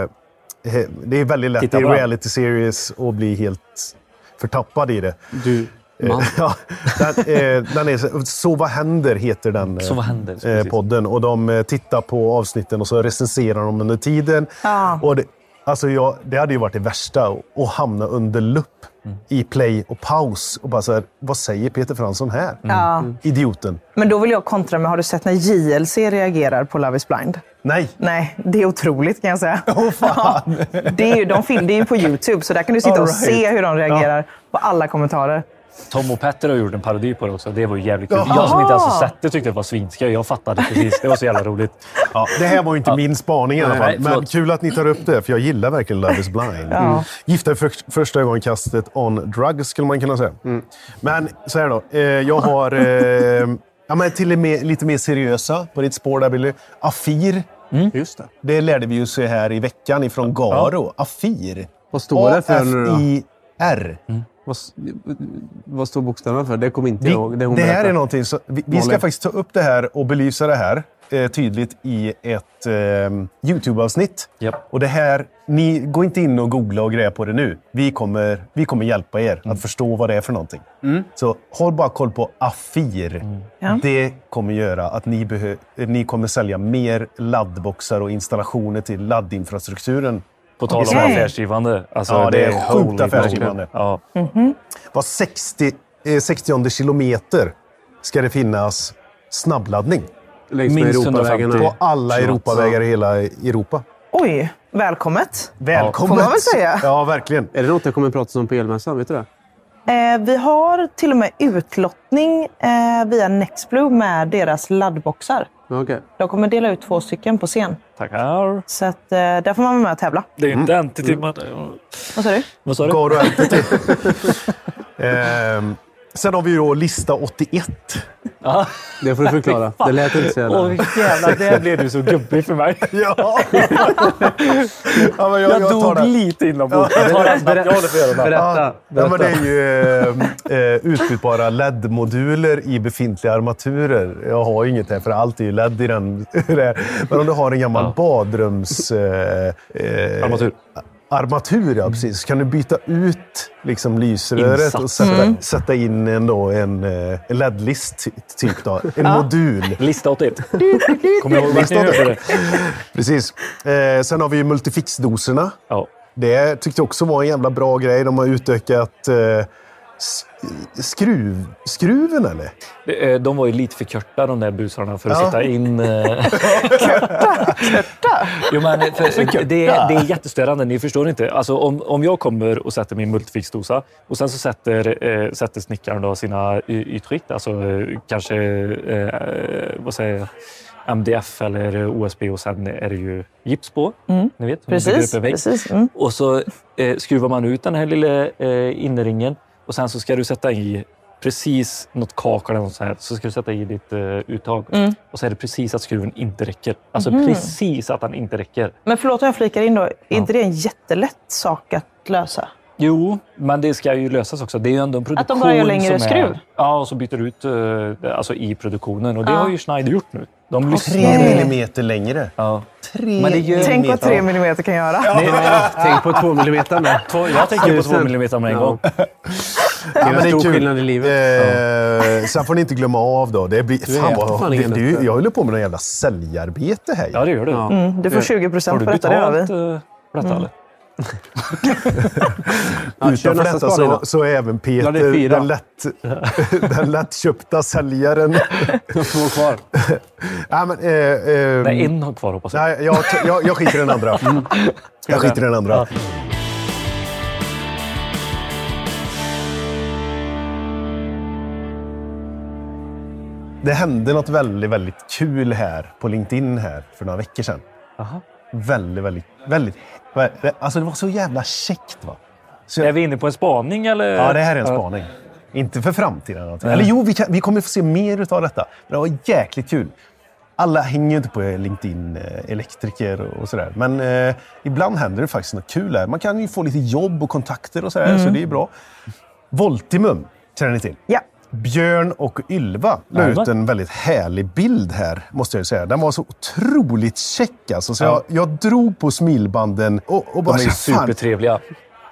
Speaker 1: he- det är väldigt lätt
Speaker 3: Titta
Speaker 1: i
Speaker 3: på den.
Speaker 1: reality series att bli helt förtappad i det.
Speaker 2: Du, man.
Speaker 1: Ja, den, eh, den är, så- så vad händer heter den eh,
Speaker 3: Så vad händer?
Speaker 1: eh,
Speaker 3: Precis.
Speaker 1: podden. Och de eh, tittar på avsnitten och så recenserar de under tiden.
Speaker 4: Ja.
Speaker 1: Och det, alltså jag, det hade ju varit det värsta att- att hamna under lupp i play och paus. Och bara så här, vad säger Peter Fransson här?
Speaker 4: Ja.
Speaker 1: Idioten.
Speaker 4: Men då vill jag kontra med, har du sett när J L C reagerar på Love is blind?
Speaker 1: Nej.
Speaker 4: Nej, det är otroligt kan jag säga.
Speaker 1: Åh, fan.
Speaker 4: Ja, det är ju, de film, det är ju på YouTube, så där kan du sitta
Speaker 1: All
Speaker 4: och
Speaker 1: right.
Speaker 4: se hur de reagerar på alla kommentarer.
Speaker 3: Tom och Petter har gjort en parodi på det också. Det var ju jävligt kul.
Speaker 1: Jaha.
Speaker 3: Jag som inte ens har sett det tyckte det var svinskoj. Jag fattade precis. Det var så jävla roligt.
Speaker 1: Ja, det här var ju inte min spaning i alla
Speaker 3: Nej,
Speaker 1: fall.
Speaker 3: nej,
Speaker 1: Men
Speaker 3: förlåt.
Speaker 1: kul att ni tar upp det, för jag gillar verkligen Love is blind.
Speaker 4: Ja.
Speaker 1: Gifta i för, första ögonkastet on drugs, skulle man kunna säga. Men så här då. Eh, jag har eh, ja, men till och med lite mer seriösa på ditt spår där, Billy. Afir.
Speaker 2: Just det.
Speaker 1: Det lärde vi ju se här i veckan ifrån Garo. Afir.
Speaker 2: Vad står det för nu då?
Speaker 1: A F I R.
Speaker 2: Vad, s- vad står bokstäverna för? Det kommer inte
Speaker 1: Vi,
Speaker 2: jag ihåg. Det, hon
Speaker 1: det här
Speaker 2: berättade.
Speaker 1: är någonting så, vi, vi ska
Speaker 2: Molly.
Speaker 1: faktiskt ta upp det här och belysa det här eh, tydligt i ett eh, YouTube-avsnitt.
Speaker 3: Japp.
Speaker 1: Och det här, ni går inte in och googla och greja på det nu. Vi kommer, vi kommer hjälpa er att förstå vad det är för någonting. Så håll bara koll på Afir.
Speaker 4: Ja.
Speaker 1: Det kommer göra att ni, behö- ni kommer sälja mer laddboxar och installationer till laddinfrastrukturen.
Speaker 3: På tal om
Speaker 4: Okej.
Speaker 3: affärsgivande. Alltså,
Speaker 1: Ja, det är
Speaker 3: holy
Speaker 1: sjukt affärsgivande.
Speaker 3: Ja.
Speaker 1: Var sextio, eh, sextionde kilometer ska det finnas snabbladdning.
Speaker 2: Längs med
Speaker 3: minst
Speaker 2: Europavägarna.
Speaker 3: hundrafemtio.
Speaker 1: På alla Europavägar i hela Europa.
Speaker 4: Oj, välkommet.
Speaker 1: Välkommet!
Speaker 4: Får man väl säga.
Speaker 1: Ja, verkligen.
Speaker 2: Är det något jag kommer prata om på elmässan? Vet du det?
Speaker 4: Eh, vi har till och med utlottning eh, via Nextblue med deras laddboxar.
Speaker 2: Ja, okej.
Speaker 4: De kommer dela ut två stycken på scen.
Speaker 3: Tackar.
Speaker 4: Så att, eh, där får man vara med och tävla.
Speaker 3: Det är ju inte en till timmen.
Speaker 4: Vad sa du?
Speaker 3: Vad sa du?
Speaker 1: Garo Entity. ehm, sen har vi ju då lista åttioett.
Speaker 3: Ja.
Speaker 2: Det får du förklara. Det lät inte så jävla...
Speaker 3: Åh jävlar, det blev du så gubbig för mig.
Speaker 1: Ja! ja men jag,
Speaker 3: Jag,
Speaker 1: jag tar
Speaker 3: dog
Speaker 1: det.
Speaker 3: lite inombords. Jag tar det snabbt. Jag håller för öronen.
Speaker 2: Berätta.
Speaker 1: Ja, men det är ju eh, eh, utbytbara L E D-moduler i befintliga armaturer. Jag har ju inget här, för allt är ju L E D i den. Men om du har en gammal
Speaker 3: Ja.
Speaker 1: badrums... Eh, eh,
Speaker 3: Armatur.
Speaker 1: Armatur, ja, precis. Kan du byta ut liksom, lysröret
Speaker 3: Insats.
Speaker 1: och sätta, sätta in en, då, en, eh, en L E D-list, typ. Då. En modul.
Speaker 3: Lista åttioett. Kommer du ihåg vad ni hörde det?
Speaker 1: Precis. Eh, sen har vi ju multifixdoserna.
Speaker 3: Ja.
Speaker 1: Det tyckte jag också var en jävla bra grej. De har utökat eh, s- skruv, skruven, eller?
Speaker 3: Det, eh, De var ju lite för korta, de där busarna, för att
Speaker 1: Ja.
Speaker 3: sätta in... Eh... Jo, men för, det, det är jättestörande, ni förstår inte. Alltså, om, om jag kommer och sätter min multifixdosa och sen så sätter, eh, sätter snickaren då sina y- ytskikt, alltså eh, kanske eh, vad säger jag, M D F eller O S B, och sen är det ju gips på.
Speaker 4: Mm.
Speaker 3: Ni vet, man bygger
Speaker 4: Precis.
Speaker 3: upp en vägg.
Speaker 4: precis. Mm.
Speaker 3: Och så eh, skruvar man ut den här lilla eh, innerringen och sen så ska du sätta i precis något kak eller något så här, så ska du sätta i ditt eh, uttag.
Speaker 4: Mm.
Speaker 3: Och så är det precis att skruven inte räcker. Alltså
Speaker 4: Mhm.
Speaker 3: precis att den inte räcker.
Speaker 4: Men förlåt om jag flikar in då. Är inte det en jättelätt sak att lösa?
Speaker 3: Jo, men det ska ju lösas också. Det är ju ändå en produktion.
Speaker 4: Att de bara gör längre
Speaker 3: som
Speaker 4: skruv?
Speaker 3: Är, ja, och så byter du ut eh, alltså i produktionen. Och det
Speaker 4: Ja.
Speaker 3: har ju Schneider gjort nu. De lyssnar.
Speaker 1: Tre millimeter längre.
Speaker 3: Ja.
Speaker 1: Tre
Speaker 3: Men det gör-
Speaker 4: Tänk vad
Speaker 1: millimeter.
Speaker 4: tre millimeter kan göra.
Speaker 2: Nej, nej, tänk på två millimeter där.
Speaker 3: Två, jag tänker på två
Speaker 2: Tusen.
Speaker 3: millimeter med en
Speaker 2: Ja.
Speaker 3: gång.
Speaker 2: Det är
Speaker 1: men
Speaker 2: en
Speaker 1: det är
Speaker 2: stor
Speaker 1: kul.
Speaker 2: skillnad i livet.
Speaker 1: Eh, sen får ni inte glömma av då. Det blir, fan
Speaker 2: äter
Speaker 1: vad,
Speaker 2: fan
Speaker 1: det,
Speaker 2: ingen
Speaker 1: det,
Speaker 2: nötter.
Speaker 1: jag håller på med någon jävla säljarbete här.
Speaker 3: Ja, det gör du.
Speaker 2: Ja.
Speaker 4: Mm, du får tjugo
Speaker 3: Har
Speaker 4: procent
Speaker 3: du
Speaker 4: på detta, det har vi.
Speaker 3: betalt eh, för detta, eller?
Speaker 2: Ja, kör
Speaker 1: Utanför
Speaker 2: nästa
Speaker 1: detta
Speaker 2: spaning
Speaker 1: så,
Speaker 2: då.
Speaker 1: så är även
Speaker 2: Ja, det är
Speaker 1: Peter
Speaker 2: fyra.
Speaker 1: den, lätt, den lättköpta säljaren.
Speaker 2: Två kvar.
Speaker 1: Ja, men, eh, eh,
Speaker 3: Nej, en har kvar hoppas jag.
Speaker 1: nej, jag, jag, jag skiter i den andra. Jag skiter i den andra.
Speaker 3: Ja.
Speaker 1: Det hände något väldigt, väldigt kul här på LinkedIn här för några veckor sedan.
Speaker 3: Aha.
Speaker 1: Väldigt, väldigt, väldigt... Alltså det var så jävla käckt va? Så
Speaker 3: Är vi inne på en spaning eller?
Speaker 1: Ja, det här är en spaning. Inte för framtiden. Eller, eller jo, vi, kan, vi kommer få se mer av detta. Men det var jäkligt kul. Alla hänger ju inte på LinkedIn, eh, elektriker och, och sådär. Men eh, ibland händer det faktiskt något kul här. Man kan ju få lite jobb och kontakter och sådär, mm. så det är bra. Voltimum, känner ni till?
Speaker 4: Ja.
Speaker 1: Björn och Ylva la ut en väldigt härlig bild här, måste jag säga. Den var så otroligt check alltså, så
Speaker 3: Ja.
Speaker 1: jag, jag drog på smilbanden och, och bara...
Speaker 3: De är ju
Speaker 1: fan,
Speaker 3: supertrevliga.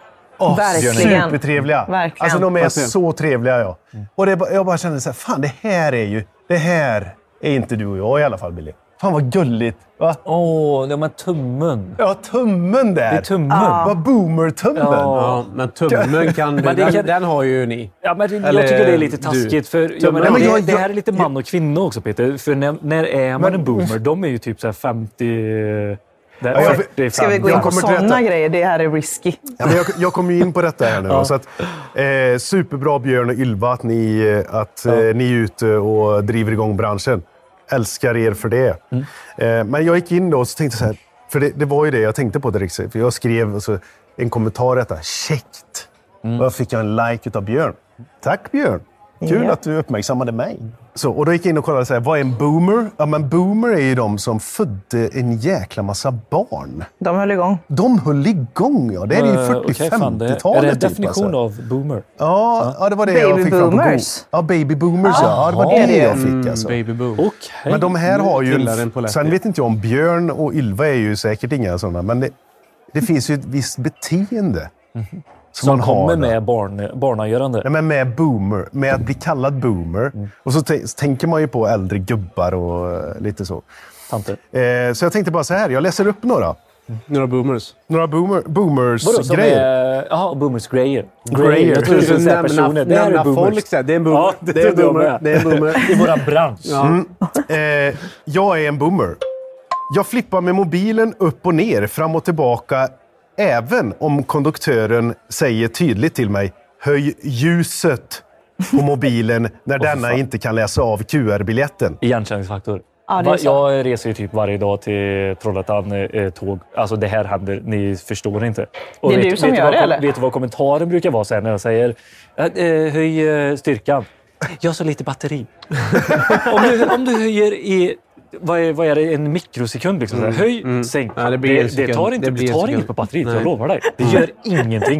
Speaker 1: åh,
Speaker 4: Verkligen.
Speaker 1: Supertrevliga.
Speaker 4: Verkligen.
Speaker 1: Alltså de är
Speaker 2: Verkligen.
Speaker 1: så trevliga, ja. Och det, jag bara kände så här, fan det här är ju... Det här är inte du och jag i alla fall, Billy. Fan vad gulligt, va?
Speaker 3: Åh, oh, men tummen.
Speaker 1: Ja, tummen där.
Speaker 3: Det är tummen.
Speaker 1: Ah. Vad boomer-tummen.
Speaker 3: Ja.
Speaker 2: Ja, men tummen kan du,
Speaker 3: Men det
Speaker 2: den,
Speaker 3: kan-
Speaker 2: den har ju ni.
Speaker 3: Ja, men det,
Speaker 2: Eller
Speaker 3: jag tycker det är lite
Speaker 2: du.
Speaker 3: taskigt. För, jag
Speaker 2: Tummen.
Speaker 3: menar,
Speaker 1: Ja, men
Speaker 3: det,
Speaker 1: jag-
Speaker 3: det här
Speaker 1: jag-
Speaker 3: är lite man och kvinna också, Peter. För när, när är man en boomer? De är ju typ så här femtio... Där,
Speaker 1: Ja, jag-
Speaker 3: fyrtiofem.
Speaker 4: Ska vi gå in
Speaker 1: Jag
Speaker 4: på
Speaker 1: kommer till
Speaker 4: sådana
Speaker 1: detta.
Speaker 4: grejer? Det här är risky.
Speaker 1: Ja, men jag, jag kommer ju in på detta här nu.
Speaker 3: Ja.
Speaker 1: Så att, eh, superbra Björn och Ylva att ni, eh, att, eh,
Speaker 3: Ja.
Speaker 1: ni är ute och driver igång branschen. Älskar er för det.
Speaker 3: Mm.
Speaker 1: Eh, men jag gick in då och så tänkte så här, för det, det var ju det jag tänkte på direkt. För jag skrev alltså, en kommentar detta. Käckt!
Speaker 3: Mm.
Speaker 1: Och jag fick en like av Björn. Tack Björn! Kul
Speaker 4: Ja.
Speaker 1: att du uppmärksammade mig. Så, och då gick jag in och kollade, så här, vad är en boomer? Ja, men boomer är ju de som födde en jäkla massa barn.
Speaker 4: De höll igång.
Speaker 1: De höll igång, ja. Det är ju
Speaker 3: Eh, okej, fan, det-
Speaker 1: fyrtio-femtiotalet.
Speaker 3: Är det en
Speaker 1: typ,
Speaker 3: definition
Speaker 1: alltså.
Speaker 3: av boomer?
Speaker 1: Ja, ja, det var det
Speaker 4: Baby
Speaker 1: jag fick fram på Google.
Speaker 4: boomers.
Speaker 1: Ja, baby boomers, ja. ja. Det var
Speaker 3: Jaha.
Speaker 1: det jag
Speaker 2: Mm,
Speaker 1: fick, alltså.
Speaker 2: baby boom.
Speaker 3: Okej.
Speaker 1: Men de här
Speaker 2: Nu
Speaker 1: har ju...
Speaker 2: trillar den på läppen.
Speaker 1: Sen vet inte jag om Björn och Ylva är ju säkert inga sådana, men det, det finns ju ett visst beteende som,
Speaker 3: Som
Speaker 1: man har.
Speaker 3: kommer
Speaker 1: då.
Speaker 3: med barn, barnagörande.
Speaker 1: Nej, men med boomer, med att bli kallad boomer.
Speaker 3: Mm.
Speaker 1: Och så, t- så tänker man ju på äldre gubbar och eh, lite så.
Speaker 3: Tanter.
Speaker 1: Eh, så jag tänkte bara så här, jag läser upp några.
Speaker 2: Några boomers.
Speaker 1: Några boomer,
Speaker 3: Vadå, som
Speaker 1: boomers-grejer.
Speaker 3: är... Jaha, boomers grejer.
Speaker 1: Grejer.
Speaker 3: Jag tror du skulle säga
Speaker 2: Nämna-
Speaker 3: personer. Det här är
Speaker 2: nämna
Speaker 3: boomers.
Speaker 2: folk, så här, det är en boomer.
Speaker 3: Ja, det
Speaker 2: det är en
Speaker 3: trodde jag
Speaker 2: boomer.
Speaker 3: med.
Speaker 2: Det är en boomer.
Speaker 3: I våran bransch.
Speaker 2: Ja.
Speaker 1: Eh, jag är en boomer. Jag flippar med mobilen upp och ner, fram och tillbaka, även om konduktören säger tydligt till mig höj ljuset på mobilen när denna
Speaker 3: fan.
Speaker 1: inte kan läsa av Q R-biljetten.
Speaker 3: Igenkänningsfaktor.
Speaker 4: Ja, det är
Speaker 3: Va-
Speaker 4: så.
Speaker 3: jag reser ju typ varje dag till Trollhättan eh, tåg. Alltså det här händer, ni förstår inte. Och
Speaker 4: Det är
Speaker 3: vet,
Speaker 4: du som
Speaker 3: vet
Speaker 4: gör
Speaker 3: vad,
Speaker 4: det, eller?
Speaker 3: Vet du vad kommentaren brukar vara sen när jag säger eh, eh, höj eh, styrkan? Jag har så lite batteri. om, du, om du höjer i... Vad är, vad är det? En mikrosekund liksom. Mm, höj, sänk.
Speaker 2: Ja, det blir en
Speaker 3: det, det
Speaker 2: sekund.
Speaker 3: tar inte,
Speaker 2: Det blir
Speaker 3: det
Speaker 2: en
Speaker 3: tar
Speaker 2: sekund.
Speaker 3: inget på batteriet,
Speaker 2: Nej.
Speaker 3: jag lovar dig. Det gör ingenting.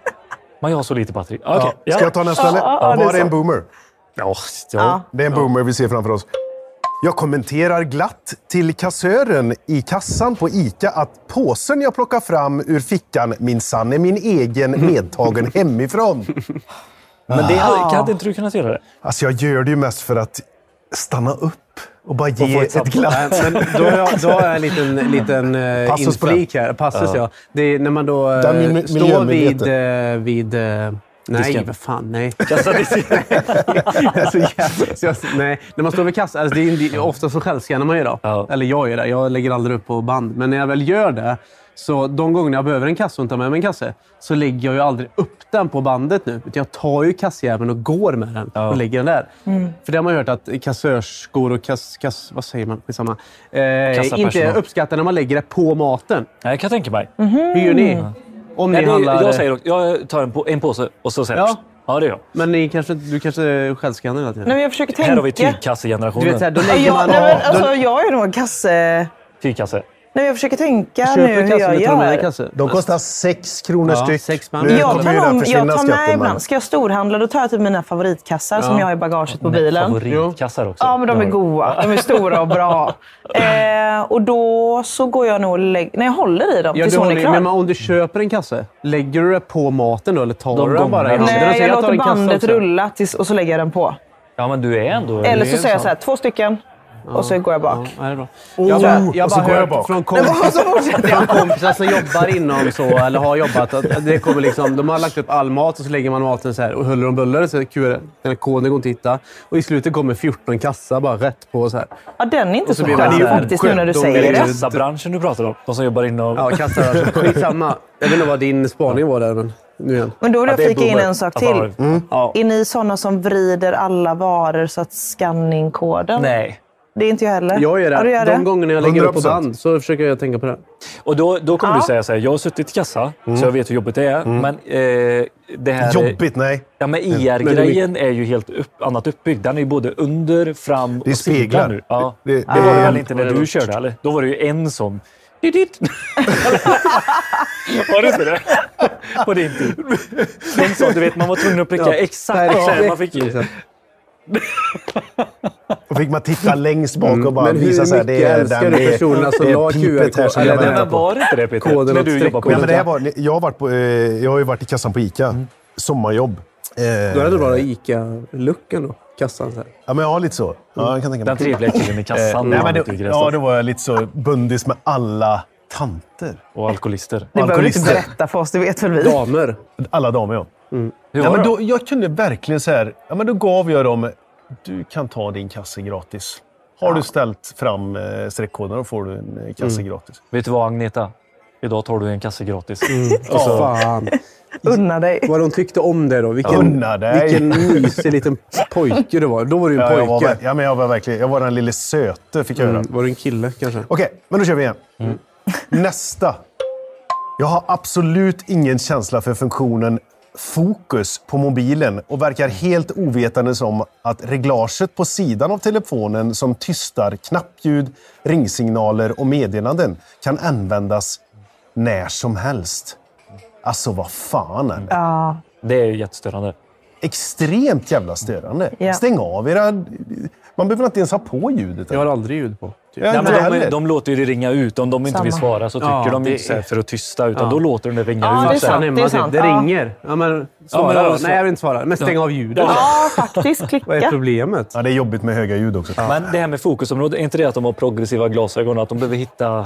Speaker 3: Men jag har så lite batteri. Okay,
Speaker 1: Ja. Ska jag ta nästa? eller?
Speaker 4: Ja, ja, det är
Speaker 1: Var är en
Speaker 4: så.
Speaker 1: boomer?
Speaker 3: Ja, ja.
Speaker 4: Ja.
Speaker 1: Det är en boomer vi ser framför oss. Jag kommenterar glatt till kassören i kassan på ICA att påsen jag plockar fram ur fickan minsann är min egen medtagen hemifrån.
Speaker 3: Men det hade, hade inte du kunnat göra det?
Speaker 1: Alltså jag gör det ju mest för att stanna upp och bara
Speaker 3: få
Speaker 1: ge
Speaker 3: ett
Speaker 1: ett,
Speaker 3: samtal.
Speaker 1: glatt...
Speaker 2: Nej, men då har jag, då har jag en liten, liten uh,
Speaker 1: Passus på
Speaker 2: inflik här. Passus, ja. Det är när man då
Speaker 1: Där min-
Speaker 2: uh, står vid...
Speaker 1: miljömedveten.
Speaker 2: Uh, vid uh, nej,
Speaker 3: Disken.
Speaker 2: vad fan, nej.
Speaker 3: Kassadisken.
Speaker 2: alltså, ja, så jag, nej. När man står vid kassan, alltså, det är, det är ofta så självskannar man ju då.
Speaker 3: Ja.
Speaker 2: Eller jag gör det, jag lägger aldrig upp på band. Men när jag väl gör det, så de gånger jag behöver en kasse och tar med mig en kasse, så lägger jag ju aldrig upp den på bandet nu. Utan jag tar ju kassjäveln och går med den
Speaker 3: Ja.
Speaker 2: och lägger den där. För det har man hört att kassörskor och kass... kass vad säger man? Skitsamma. Eh,
Speaker 3: Kassapersonal.
Speaker 2: inte uppskattar när man lägger det på maten.
Speaker 3: Nej, jag kan tänka mig.
Speaker 2: Hur gör ni? Om ni
Speaker 3: Nej, det,
Speaker 2: handlar...
Speaker 3: jag säger också, jag tar en, på, en påse och så sen.
Speaker 2: Ja.
Speaker 3: Ja, det gör jag.
Speaker 2: Men ni kanske, du kanske självskannar hela tiden?
Speaker 4: Nej, men jag försöker tänka.
Speaker 3: Här har vi
Speaker 2: Du
Speaker 3: tygkassegenerationen.
Speaker 2: vet, så här, då
Speaker 4: Ja,
Speaker 2: lägger man...
Speaker 4: nej, men,
Speaker 2: då-
Speaker 4: alltså, jag är nog kasse...
Speaker 3: Tygkasse.
Speaker 4: Nej, jag försöker tänka
Speaker 2: Köper
Speaker 4: nu
Speaker 2: du
Speaker 4: hur
Speaker 2: kasse
Speaker 4: jag
Speaker 2: eller tar du med dig
Speaker 4: gör.
Speaker 2: kasse?
Speaker 1: De kostar sex kronor
Speaker 2: Ja,
Speaker 1: styck.
Speaker 2: sex spänn.
Speaker 1: Nu
Speaker 4: Jag
Speaker 1: kommer
Speaker 4: tar,
Speaker 1: ju den
Speaker 4: någon, jag
Speaker 1: försvinna
Speaker 4: tar med
Speaker 1: skatten.
Speaker 4: ibland.
Speaker 1: Men...
Speaker 4: Ska jag storhandla, då tar jag typ mina favoritkassar som jag har i bagaget på bilen.
Speaker 3: Favoritkassar också.
Speaker 4: Ja, men de är goda. De är stora och bra. Eh, och då så går jag nog och lägger... Nej, jag håller i dem
Speaker 2: Ja,
Speaker 4: tills
Speaker 2: du
Speaker 4: hon är
Speaker 2: håller,
Speaker 4: klar.
Speaker 2: men om du köper en kasse, lägger du det på maten då? Eller tar
Speaker 3: De
Speaker 2: du den bara i
Speaker 3: gångerna.
Speaker 2: handen? och
Speaker 4: Nej,
Speaker 2: säger,
Speaker 4: jag
Speaker 2: tar
Speaker 4: låter
Speaker 2: en kasse
Speaker 4: bandet
Speaker 2: också?
Speaker 4: rulla tills, och så lägger jag den på.
Speaker 3: Ja, men du är ändå...
Speaker 4: Eller
Speaker 2: det
Speaker 4: så
Speaker 2: är
Speaker 4: säger jag
Speaker 2: sant.
Speaker 4: så här, två stycken. och så går jag bak.
Speaker 2: Ja, det är bra.
Speaker 1: Oh,
Speaker 2: jag bara, jag
Speaker 1: och så
Speaker 2: bara
Speaker 1: går jag
Speaker 2: hört
Speaker 1: bak.
Speaker 2: från kompisar, från kompisar som jobbar inom så, eller har jobbat, att det kommer liksom, de har lagt upp all mat och så lägger man maten så här och huller om buller, så Q R koden går inte att hitta. Och i slutet kommer fjorton kassa bara rätt på så här.
Speaker 4: Ja, den är inte
Speaker 2: Och så
Speaker 4: så
Speaker 2: blir
Speaker 4: skön
Speaker 2: man så här,
Speaker 4: faktiskt nu när du
Speaker 2: de
Speaker 4: säger
Speaker 2: är
Speaker 4: det.
Speaker 3: Kassabranschen du pratar om. De som jobbar inom...
Speaker 2: Ja, kassar. Skitsamma. Jag vet inte vad din spaning var där, men nu igen.
Speaker 4: Men då vill jag
Speaker 3: Ja, det är
Speaker 4: flika in
Speaker 3: boomer.
Speaker 4: en sak
Speaker 3: Alltså,
Speaker 4: till.
Speaker 3: mm.
Speaker 2: Ja.
Speaker 4: Är ni sådana som vrider alla varor så att skanningkoden?
Speaker 3: Nej.
Speaker 4: Det är inte jag heller.
Speaker 2: Jag gör det.
Speaker 4: Ja, du gör
Speaker 2: De
Speaker 4: det.
Speaker 2: gångerna jag lägger upp på
Speaker 1: hundra procent.
Speaker 2: band så försöker jag tänka på det.
Speaker 3: Och då, då kommer
Speaker 4: Ja.
Speaker 3: du säga så här, jag har suttit i kassa så jag vet hur jobbigt det är. Men eh, det här...
Speaker 1: Jobbigt, nej.
Speaker 3: Ja, men I R-grejen är ju helt upp, annat uppbyggd. Den är ju både under, fram
Speaker 1: Det är
Speaker 3: och sidan
Speaker 1: speglar.
Speaker 3: nu. Ja.
Speaker 1: Det-
Speaker 3: Det,
Speaker 1: det
Speaker 3: var det
Speaker 1: är-
Speaker 3: väl inte när du körde, eller? Då var det ju en sån... Var det inte det? På din tid. En sån, du vet, man var tvungen att pricka
Speaker 2: Ja,
Speaker 3: exakt
Speaker 2: perfekt.
Speaker 3: vad man fick i.
Speaker 1: Och fick man titta längst bak och bara
Speaker 2: Men hur
Speaker 1: visa så här,
Speaker 2: mycket
Speaker 1: det är
Speaker 2: älskar
Speaker 1: den,
Speaker 2: du
Speaker 1: det är,
Speaker 2: personerna som
Speaker 1: det är
Speaker 2: la Q
Speaker 1: pipet här
Speaker 2: R-kod?
Speaker 1: som
Speaker 2: Eller
Speaker 1: jag
Speaker 2: nej,
Speaker 3: Nej,
Speaker 1: väntar
Speaker 3: men
Speaker 1: på.
Speaker 3: var det inte det, Peter?
Speaker 2: Koden
Speaker 3: när
Speaker 2: och
Speaker 3: du jobbade på
Speaker 1: Ja, men det här
Speaker 3: Ica?
Speaker 1: var, jag, har varit på, eh, jag har ju varit i kassan på Ica. Sommarjobb. Eh,
Speaker 2: Då är det bara Ica-luckan då. Kassan så här.
Speaker 1: Ja, men jag har lite så. Ja, jag kan tänka mig.
Speaker 3: Den trevliga killen i kassan.
Speaker 1: Nej,
Speaker 3: var
Speaker 1: men
Speaker 3: lite
Speaker 1: det,
Speaker 3: gräsad.
Speaker 1: ja, då var jag lite så bundis med alla tanter.
Speaker 3: Och alkoholister.
Speaker 4: Det behöver du inte
Speaker 1: alkoholister.
Speaker 4: berätta för oss, det vet väl vi.
Speaker 2: Damer.
Speaker 1: Alla damer, ja.
Speaker 3: Hur
Speaker 1: Ja,
Speaker 3: var
Speaker 1: men
Speaker 3: det
Speaker 1: då, jag kunde verkligen så här, ja, men då gav jag dem, du kan ta din kasse gratis. Har du ställt fram eh, streckkoden då får du en eh, kasse gratis.
Speaker 3: Vet du vad, Agneta? Idag tar du en kasse gratis.
Speaker 2: Åh, fan.
Speaker 4: Unna dig.
Speaker 2: Vad de tyckte om det då. Vilken,
Speaker 1: Unna dig.
Speaker 2: vilken mysig liten pojke du var. Då var du en
Speaker 1: Ja, jag var,
Speaker 2: pojke.
Speaker 1: ver- ja, men jag var verkligen, jag var den lille söte, fick jag höra.
Speaker 2: Mm. Var du en kille kanske?
Speaker 1: Okej, men då kör vi igen. Nästa. Jag har absolut ingen känsla för funktionen fokus på mobilen och verkar helt ovetande om att reglaget på sidan av telefonen som tystar knappljud, ringsignaler och meddelanden kan användas när som helst. Alltså, vad fan är det?
Speaker 4: Ja.
Speaker 3: Det är ju jättestörande.
Speaker 1: Extremt jävla störande.
Speaker 4: Ja.
Speaker 1: Stäng av era... Man behöver inte ens ha på ljudet.
Speaker 2: Jag har aldrig ljud på. Typ.
Speaker 1: Ja,
Speaker 3: Nej,
Speaker 1: inte
Speaker 3: men
Speaker 1: heller.
Speaker 3: de, de låter ju det ringa ut. Om de inte
Speaker 4: Samma.
Speaker 3: vill svara så tycker
Speaker 2: Ja,
Speaker 3: de
Speaker 2: det
Speaker 3: inte så här
Speaker 2: är-
Speaker 3: för att tysta, utan
Speaker 2: Ja.
Speaker 3: då låter de det ringa
Speaker 4: Ja,
Speaker 3: ut.
Speaker 4: det är
Speaker 3: så här.
Speaker 4: sant.
Speaker 2: Hemma,
Speaker 4: det är
Speaker 2: typ.
Speaker 4: sant.
Speaker 2: Det
Speaker 4: Ja.
Speaker 2: ringer. Ja, men, svara
Speaker 3: men jag-
Speaker 2: då. Nej, jag vill inte svara. Men stäng av ljudet.
Speaker 4: Ja, faktiskt.
Speaker 2: Vad är
Speaker 4: Klicka.
Speaker 2: problemet?
Speaker 1: Ja, det är jobbigt med höga ljud också.
Speaker 3: Men det här med fokusområde, är inte det att de har progressiva glasögon? Att de behöver hitta...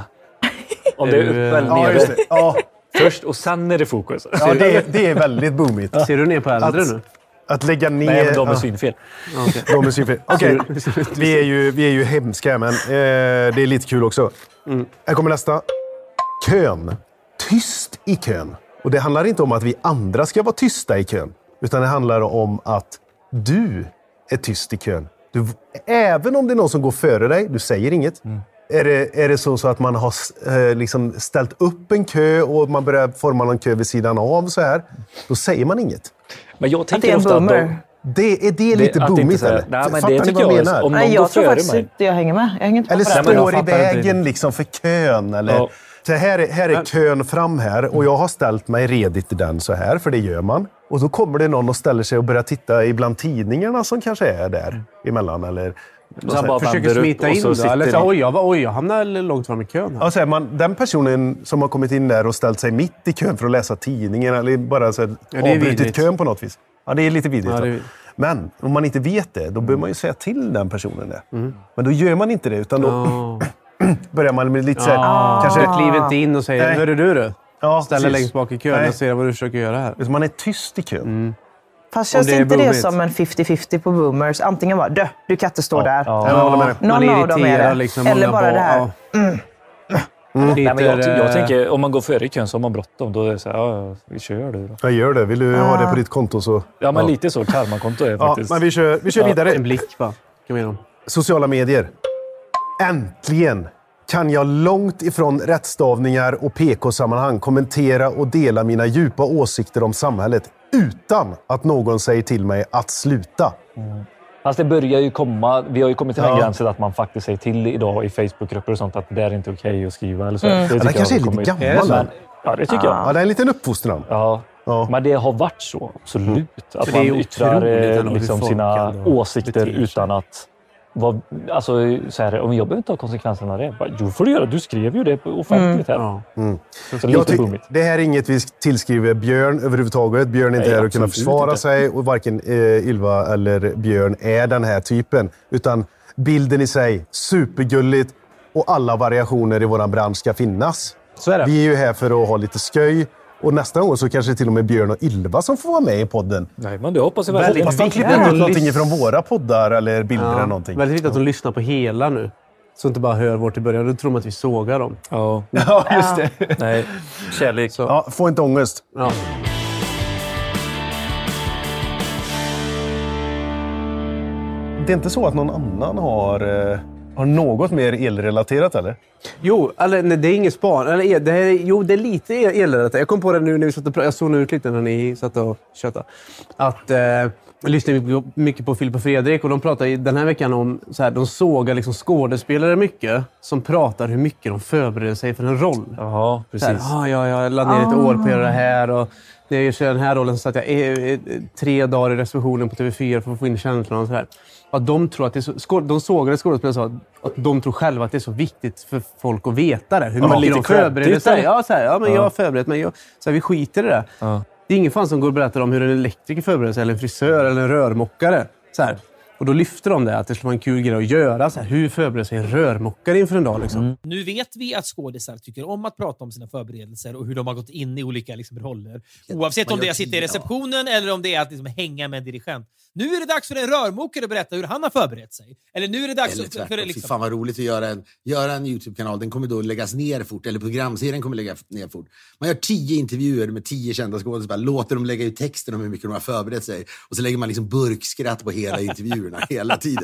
Speaker 3: Om det är
Speaker 2: Är
Speaker 3: upp
Speaker 2: du-
Speaker 3: eller
Speaker 1: Ja,
Speaker 3: nere
Speaker 1: just det. Ja,
Speaker 3: först och sen är det fokus.
Speaker 1: ja det, är, det är väldigt boomigt.
Speaker 2: Ser du ner på äldre
Speaker 1: Att-
Speaker 2: nu?
Speaker 1: Att lägga ner...
Speaker 3: Nej, men de är
Speaker 1: ja.
Speaker 3: synfel.
Speaker 1: De är synfel. Okej, vi, är ju, vi är ju hemska, men eh, det är lite kul också. Här kommer nästa. Kön. Tyst i kön. Och det handlar inte om att vi andra ska vara tysta i kön. Utan det handlar om att du är tyst i kön. Du, även om det är någon som går före dig, du säger inget. Är det, är det så, så att man har eh, liksom ställt upp en kö och man börjar forma någon kö vid sidan av så här, då säger man inget.
Speaker 3: Men jag
Speaker 4: Att det
Speaker 3: tänker
Speaker 4: är en
Speaker 3: ofta att
Speaker 4: boomer.
Speaker 3: de...
Speaker 1: Det, är det lite
Speaker 3: att inte
Speaker 1: boomigt
Speaker 3: säga-
Speaker 1: eller?
Speaker 3: Nej, men
Speaker 1: Fattar
Speaker 3: det
Speaker 1: ni
Speaker 3: tycker
Speaker 1: vad
Speaker 3: jag
Speaker 1: menar?
Speaker 3: är- om-
Speaker 4: Nej,
Speaker 3: går
Speaker 4: jag tror
Speaker 3: före
Speaker 4: faktiskt
Speaker 3: mig.
Speaker 4: inte jag hänger med. Jag hänger inte
Speaker 1: Eller
Speaker 4: med på det.
Speaker 3: men jag
Speaker 1: står i
Speaker 3: fattar inte
Speaker 1: vägen
Speaker 3: det.
Speaker 1: liksom för kön. Eller?
Speaker 3: Ja.
Speaker 1: Så här, är, här är kön fram här och jag har ställt mig redigt i den så här, för det gör man. Och då kommer det någon och ställer sig och börjar titta ibland tidningarna som kanske är där emellan. Eller,
Speaker 3: Och sen bara
Speaker 2: Försöker
Speaker 3: vänder upp
Speaker 2: smita
Speaker 3: och
Speaker 2: in
Speaker 3: så
Speaker 2: då?
Speaker 3: sitter
Speaker 2: Eller så,
Speaker 3: ni-
Speaker 2: oj, jag, var, oj, jag hamnade långt fram i kön här.
Speaker 1: ja, så här, man, den personen som har kommit in där och ställt sig mitt i kön för att läsa tidningen eller bara så här,
Speaker 2: Ja, det är
Speaker 1: avbrutit
Speaker 2: vidrigt.
Speaker 1: kön på något vis. Ja, det är lite vidrigt.
Speaker 2: Ja,
Speaker 1: va?
Speaker 2: det är vidrigt.
Speaker 1: Men om man inte vet det, då behöver man ju säga till den personen det. Men då gör man inte det, utan då
Speaker 2: Ja.
Speaker 1: börjar man med lite så här,
Speaker 2: Ah.
Speaker 1: kanske...
Speaker 2: Du kliver inte in och säger,
Speaker 1: Nej.
Speaker 2: hörru du du?
Speaker 1: Ja,
Speaker 2: Ställer
Speaker 1: precis.
Speaker 2: längst bak i kön
Speaker 1: Nej.
Speaker 2: och ser vad du försöker göra här.
Speaker 1: Utan man är tyst i kön.
Speaker 4: Fast
Speaker 2: Om
Speaker 4: känns
Speaker 2: det är
Speaker 4: inte det
Speaker 2: boomigt.
Speaker 4: som en femtio femtio på boomers? Antingen bara, dö, du kan inte stå där.
Speaker 1: Ja, jag håller med dig.
Speaker 4: Någon
Speaker 2: Man
Speaker 4: av dem är
Speaker 2: irriterar
Speaker 4: det.
Speaker 2: liksom
Speaker 4: Eller
Speaker 2: många
Speaker 4: bara det
Speaker 2: barn.
Speaker 4: här.
Speaker 2: Ja.
Speaker 3: Nej, men jag,
Speaker 2: Lite,
Speaker 3: jag
Speaker 2: eh,
Speaker 3: tänker, om man går före i kön så har man bråttom. Då är det så här, ja, ja, vi kör du då.
Speaker 1: Jag gör det. Vill du ha det på ditt konto så...
Speaker 3: Ja, men lite så. Karmakonto är
Speaker 1: Ja,
Speaker 3: faktiskt...
Speaker 1: men vi kör, vi kör vidare.
Speaker 2: En blick bara. Kan vi göra.
Speaker 1: Sociala medier. Äntligen kan jag långt ifrån rättstavningar och P K-sammanhang kommentera och dela mina djupa åsikter om samhället utan att någon säger till mig att sluta.
Speaker 3: Fast det börjar ju komma, vi har ju kommit till den
Speaker 1: Ja.
Speaker 3: gränsen att man faktiskt säger till idag i Facebookgrupper och sånt att det är inte okej att skriva. Eller så. Det tycker
Speaker 1: den kanske
Speaker 3: jag
Speaker 1: är
Speaker 3: har
Speaker 1: lite
Speaker 3: kommit-
Speaker 1: gammal,
Speaker 3: Men-
Speaker 1: den.
Speaker 3: Ja, det tycker jag.
Speaker 1: Ja, det är en liten uppfostran.
Speaker 3: Ja.
Speaker 1: Ja.
Speaker 3: Men det har varit så, absolut. Att
Speaker 2: För det är
Speaker 3: man
Speaker 2: ju
Speaker 3: yttrar
Speaker 2: otroligt
Speaker 3: eh,
Speaker 2: ändå hur
Speaker 3: liksom
Speaker 2: folk
Speaker 3: sina
Speaker 2: ändå
Speaker 3: åsikter
Speaker 2: beter sig.
Speaker 3: utan att... Vad, alltså, så här, om jag behöver inte ha konsekvenserna av det. Bara, jo, får du göra. Du skrev ju det offentligt här.
Speaker 2: Ja.
Speaker 3: Så
Speaker 1: Jag
Speaker 3: lite
Speaker 1: ty-
Speaker 3: boomigt.
Speaker 1: det här är inget vi tillskriver Björn överhuvudtaget. Björn är inte
Speaker 3: Nej,
Speaker 1: här att kunna
Speaker 3: absolut
Speaker 1: försvara
Speaker 3: inte.
Speaker 1: sig och varken eh, Ylva eller Björn är den här typen. Utan bilden i sig, supergulligt. Och alla variationer i våran bransch ska finnas.
Speaker 2: Så är det.
Speaker 1: Vi är ju här för att ha lite sköj. Och nästa gång så kanske till och med Björn och Ylva som får vara med i podden.
Speaker 3: Nej, men det hoppas jag
Speaker 1: Jag
Speaker 3: verkligen.
Speaker 1: hoppas de klipper ut någonting från våra poddar eller bilder
Speaker 2: Ja,
Speaker 1: eller någonting.
Speaker 2: väldigt viktigt att de lyssnar på hela nu. Så inte bara hör vårt i början. Då tror man att vi sågar dem.
Speaker 3: Ja,
Speaker 1: Ja, just det.
Speaker 3: nej. Kärlek.
Speaker 2: Så.
Speaker 1: Ja, få inte ångest.
Speaker 2: Ja.
Speaker 1: Det är inte så att någon annan har, eh, har något mer elrelaterat, eller?
Speaker 2: Jo, eller, nej, det är ingen span. Eller, el- det här, är- jo, det är lite el- elrelaterat. Jag kom på det nu när vi satt och pratade. Jag såg nu ut lite när ni satt och tjötade. Att eh, jag lyssnade mycket på, mycket på Filip och Fredrik. Och de pratade i- den här veckan om... Så här, de sågar liksom skådespelare mycket. Som pratar hur mycket de förbereder sig för en roll.
Speaker 3: Ja,
Speaker 2: Så här,
Speaker 3: precis.
Speaker 2: ah, ja, jag lade ner ett år på att göra det här. Och när jag kör den här rollen så satt jag eh, eh, tre dagar i receptionen på T V fyra för att få in känslan och så här. Att de tror att det är så, skå- de sågade skådespelare sa att de tror själva att det är så viktigt för folk att veta det. Hur
Speaker 3: men
Speaker 2: mycket
Speaker 3: lite
Speaker 2: de förbereder
Speaker 3: credit,
Speaker 2: sig.
Speaker 3: eller?
Speaker 2: Ja, så här, ja, men
Speaker 3: Ja.
Speaker 2: jag har förberett mig. Jag, så här, vi skiter i det.
Speaker 3: Ja.
Speaker 2: Det är ingen fan som går och berättar om hur en elektriker förbereder sig, eller en frisör eller en rörmokare. Så här. Och då lyfter de det, att det skulle vara en kul grej att göra. Så här, hur förbereder sig en rörmokare inför en dag? Liksom?
Speaker 3: Mm.
Speaker 5: Nu vet vi att skådisar tycker om att prata om sina förberedelser och hur de har gått in i olika liksom, roller. Oavsett om det är att sitta i receptionen eller om det är att liksom, hänga med en dirigent. Nu är det dags för en rörmokare att berätta hur han har förberett sig. Eller nu är det dags
Speaker 6: Eller
Speaker 5: för...
Speaker 6: tvärtom.
Speaker 5: för
Speaker 6: Fy
Speaker 5: liksom,
Speaker 6: fan vad roligt att göra en, göra en YouTube-kanal. Den kommer då läggas ner fort. Eller programserien kommer läggas ner fort. Man gör tio intervjuer med tio kända skådespelare. Låter dem lägga ut texten om hur mycket de har förberett sig. Och så lägger man liksom burkskratt på hela intervjuerna hela tiden.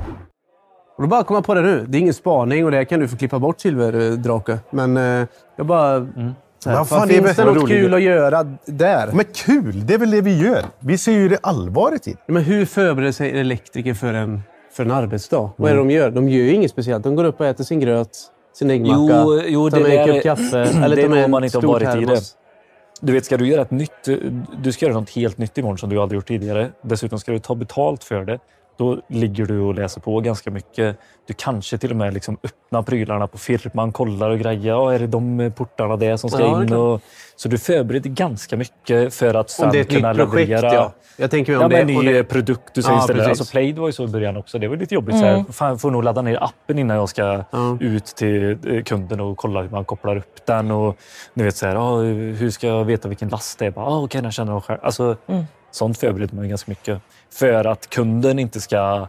Speaker 2: Och då bara komma på det nu. Det är ingen spaning och det kan du få klippa bort, Silverdrake. Men eh, jag bara...
Speaker 3: Mm.
Speaker 2: Så här,
Speaker 1: Men
Speaker 2: fan,
Speaker 1: fan, det är
Speaker 2: finns det
Speaker 1: väl
Speaker 2: något
Speaker 1: roligt.
Speaker 2: kul att göra där?
Speaker 1: Men kul, det är väl det vi gör. Vi ser ju det allvaret i.
Speaker 2: Men hur förbereder sig en elektriker för en, för en arbetsdag? Vad är det de gör? De gör ju inget speciellt. De går upp och äter sin gröt, sin äggmacka,
Speaker 3: Jo, jo,
Speaker 2: tar
Speaker 3: det
Speaker 2: med en
Speaker 3: där-
Speaker 2: kopp kaffe. Eller
Speaker 3: det är
Speaker 2: tar med
Speaker 3: nog
Speaker 2: en
Speaker 3: man inte har
Speaker 2: stor
Speaker 3: varit i det.
Speaker 2: termos.
Speaker 3: Du vet, ska du göra ett nytt... Du ska göra något helt nytt imorgon som du aldrig gjort tidigare. Dessutom ska du ta betalt för det. Då ligger du och läser på ganska mycket. Du kanske till och med liksom öppnar prylarna på firman, kollar och grejer. Ja, är det de portarna där som ska
Speaker 2: Ja, det är
Speaker 3: in?
Speaker 2: klart.
Speaker 3: Och, så du förbereder ganska mycket för att sen
Speaker 2: Om det är ett
Speaker 3: kunna
Speaker 2: nytt projekt,
Speaker 3: leverera.
Speaker 2: ja. Jag tänker mig om
Speaker 3: Ja,
Speaker 2: det...
Speaker 3: men
Speaker 2: om
Speaker 3: ny
Speaker 2: det
Speaker 3: produkt du ska
Speaker 2: Ja,
Speaker 3: installera.
Speaker 2: precis.
Speaker 3: Alltså Plaid var ju så i början också. Det var lite jobbigt. Så här. Fan, får nog ladda ner appen innan jag ska
Speaker 2: Ja.
Speaker 3: ut till eh, kunden och kolla hur man kopplar upp den. Och ni vet så här, ah, hur ska jag veta vilken last det är? Ah, Okej, okay, jag känner jag själv. Alltså, sånt förbereder man ju ganska mycket. För att kunden inte ska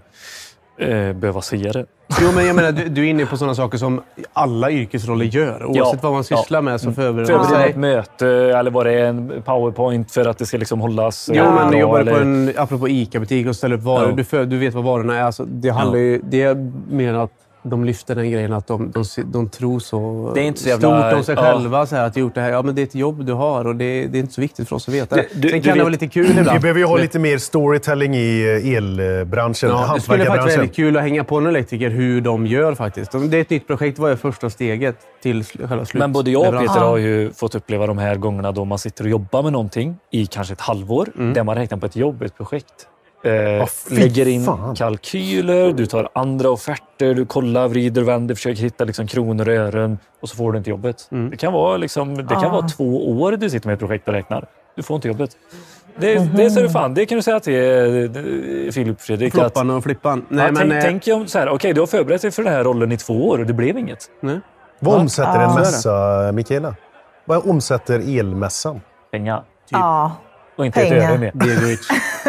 Speaker 3: eh, behöva se det.
Speaker 2: Jo, men jag menar, du, du är inne på sådana saker som alla yrkesroller gör. Oavsett
Speaker 3: Ja,
Speaker 2: vad man sysslar
Speaker 3: ja.
Speaker 2: med så förbereder man
Speaker 3: Förbereda ett
Speaker 2: sig.
Speaker 3: möte eller vad det är, en powerpoint för att det ska liksom hållas.
Speaker 2: Jo,
Speaker 3: eh,
Speaker 2: men du
Speaker 3: bra,
Speaker 2: jobbar på
Speaker 3: eller-
Speaker 2: en, apropå ICA-butik och ställer upp varor.
Speaker 3: Ja.
Speaker 2: Du, för, du vet vad varorna är. Alltså, det handlar ju... Det är mer att de lyfter den grejen att de, de, de tror så,
Speaker 3: Det är inte så jävla-
Speaker 2: stort om sig
Speaker 3: ja.
Speaker 2: själva. Så här, att du gjort det här. Ja, men det är ett jobb du har och det, det är inte så viktigt för oss att veta det.
Speaker 3: Du- du-
Speaker 2: Sen
Speaker 3: du
Speaker 2: kan det
Speaker 3: vet-
Speaker 2: vara lite kul
Speaker 1: Vi
Speaker 2: ibland.
Speaker 1: behöver ju ha lite mer storytelling i eh, elbranschen,
Speaker 2: Ja, det skulle faktiskt vara
Speaker 1: hantverkarbranschen.
Speaker 2: väldigt kul att hänga på en elektriker hur de gör faktiskt. Det är ett nytt projekt. Vad är första steget till sl- själva slut?
Speaker 3: Men både jag och
Speaker 2: leverans?
Speaker 3: Peter har ju fått uppleva de här gångerna då man sitter och jobbar med någonting i kanske ett halvår. Där man räknar på ett jobb, ett projekt. Eh,
Speaker 1: fy
Speaker 3: lägger in
Speaker 1: fan.
Speaker 3: kalkyler, du tar andra offerter, du kollar, vrider, vänder, försöker hitta liksom kronor och ören och så får du inte jobbet. Det kan vara, liksom, det kan vara två år du sitter med ett projekt och räknar. Du får inte jobbet. Det, det ser du fan. Det kan du säga till eh, Filip Fredrik. att-
Speaker 2: Floppan och flippan. Nej,
Speaker 3: Ja,
Speaker 2: men...
Speaker 3: tänk,
Speaker 2: eh,
Speaker 3: tänk ju om så här, okej, du har förberett dig för den här rollen i två år och det blev inget.
Speaker 2: nej.
Speaker 1: Vad omsätter en
Speaker 2: så är det.
Speaker 1: mässa, Mikaela? Vad omsätter elmässan?
Speaker 3: Pengar.
Speaker 4: Ja.
Speaker 3: Och inte ett
Speaker 4: Pengar.
Speaker 3: öre mer.
Speaker 2: Diegovic.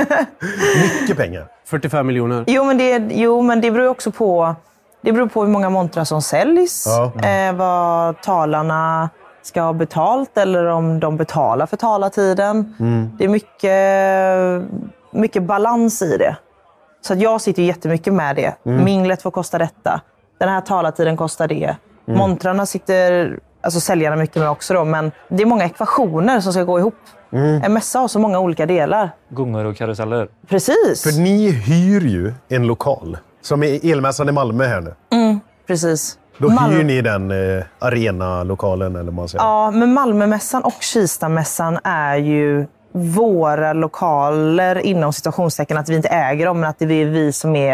Speaker 1: Mycket pengar.
Speaker 2: fyrtiofem miljoner.
Speaker 4: Jo, men det, jo, men det beror ju också på, det beror på hur många montrar som säljs.
Speaker 1: Ja.
Speaker 4: Eh, vad talarna ska ha betalt eller om de betalar för talartiden. Det är mycket, mycket balans i det. Så att jag sitter ju jättemycket med det. Minglet får kosta detta. Den här talartiden kostar det. Montrarna sitter alltså säljarna mycket med också då. Men det är många ekvationer som ska gå ihop. En mässa har så många olika delar.
Speaker 3: Gungor och karuseller.
Speaker 4: Precis.
Speaker 1: För ni hyr ju en lokal. Som är elmässan i Malmö här nu.
Speaker 4: Precis.
Speaker 1: Då
Speaker 4: Malmö-
Speaker 1: hyr ni den eh, arenalokalen, eller vad man säger.
Speaker 4: Ja, men Malmömässan och Kistamässan är ju våra lokaler inom situationstecken. Att vi inte äger dem, men att det är vi som är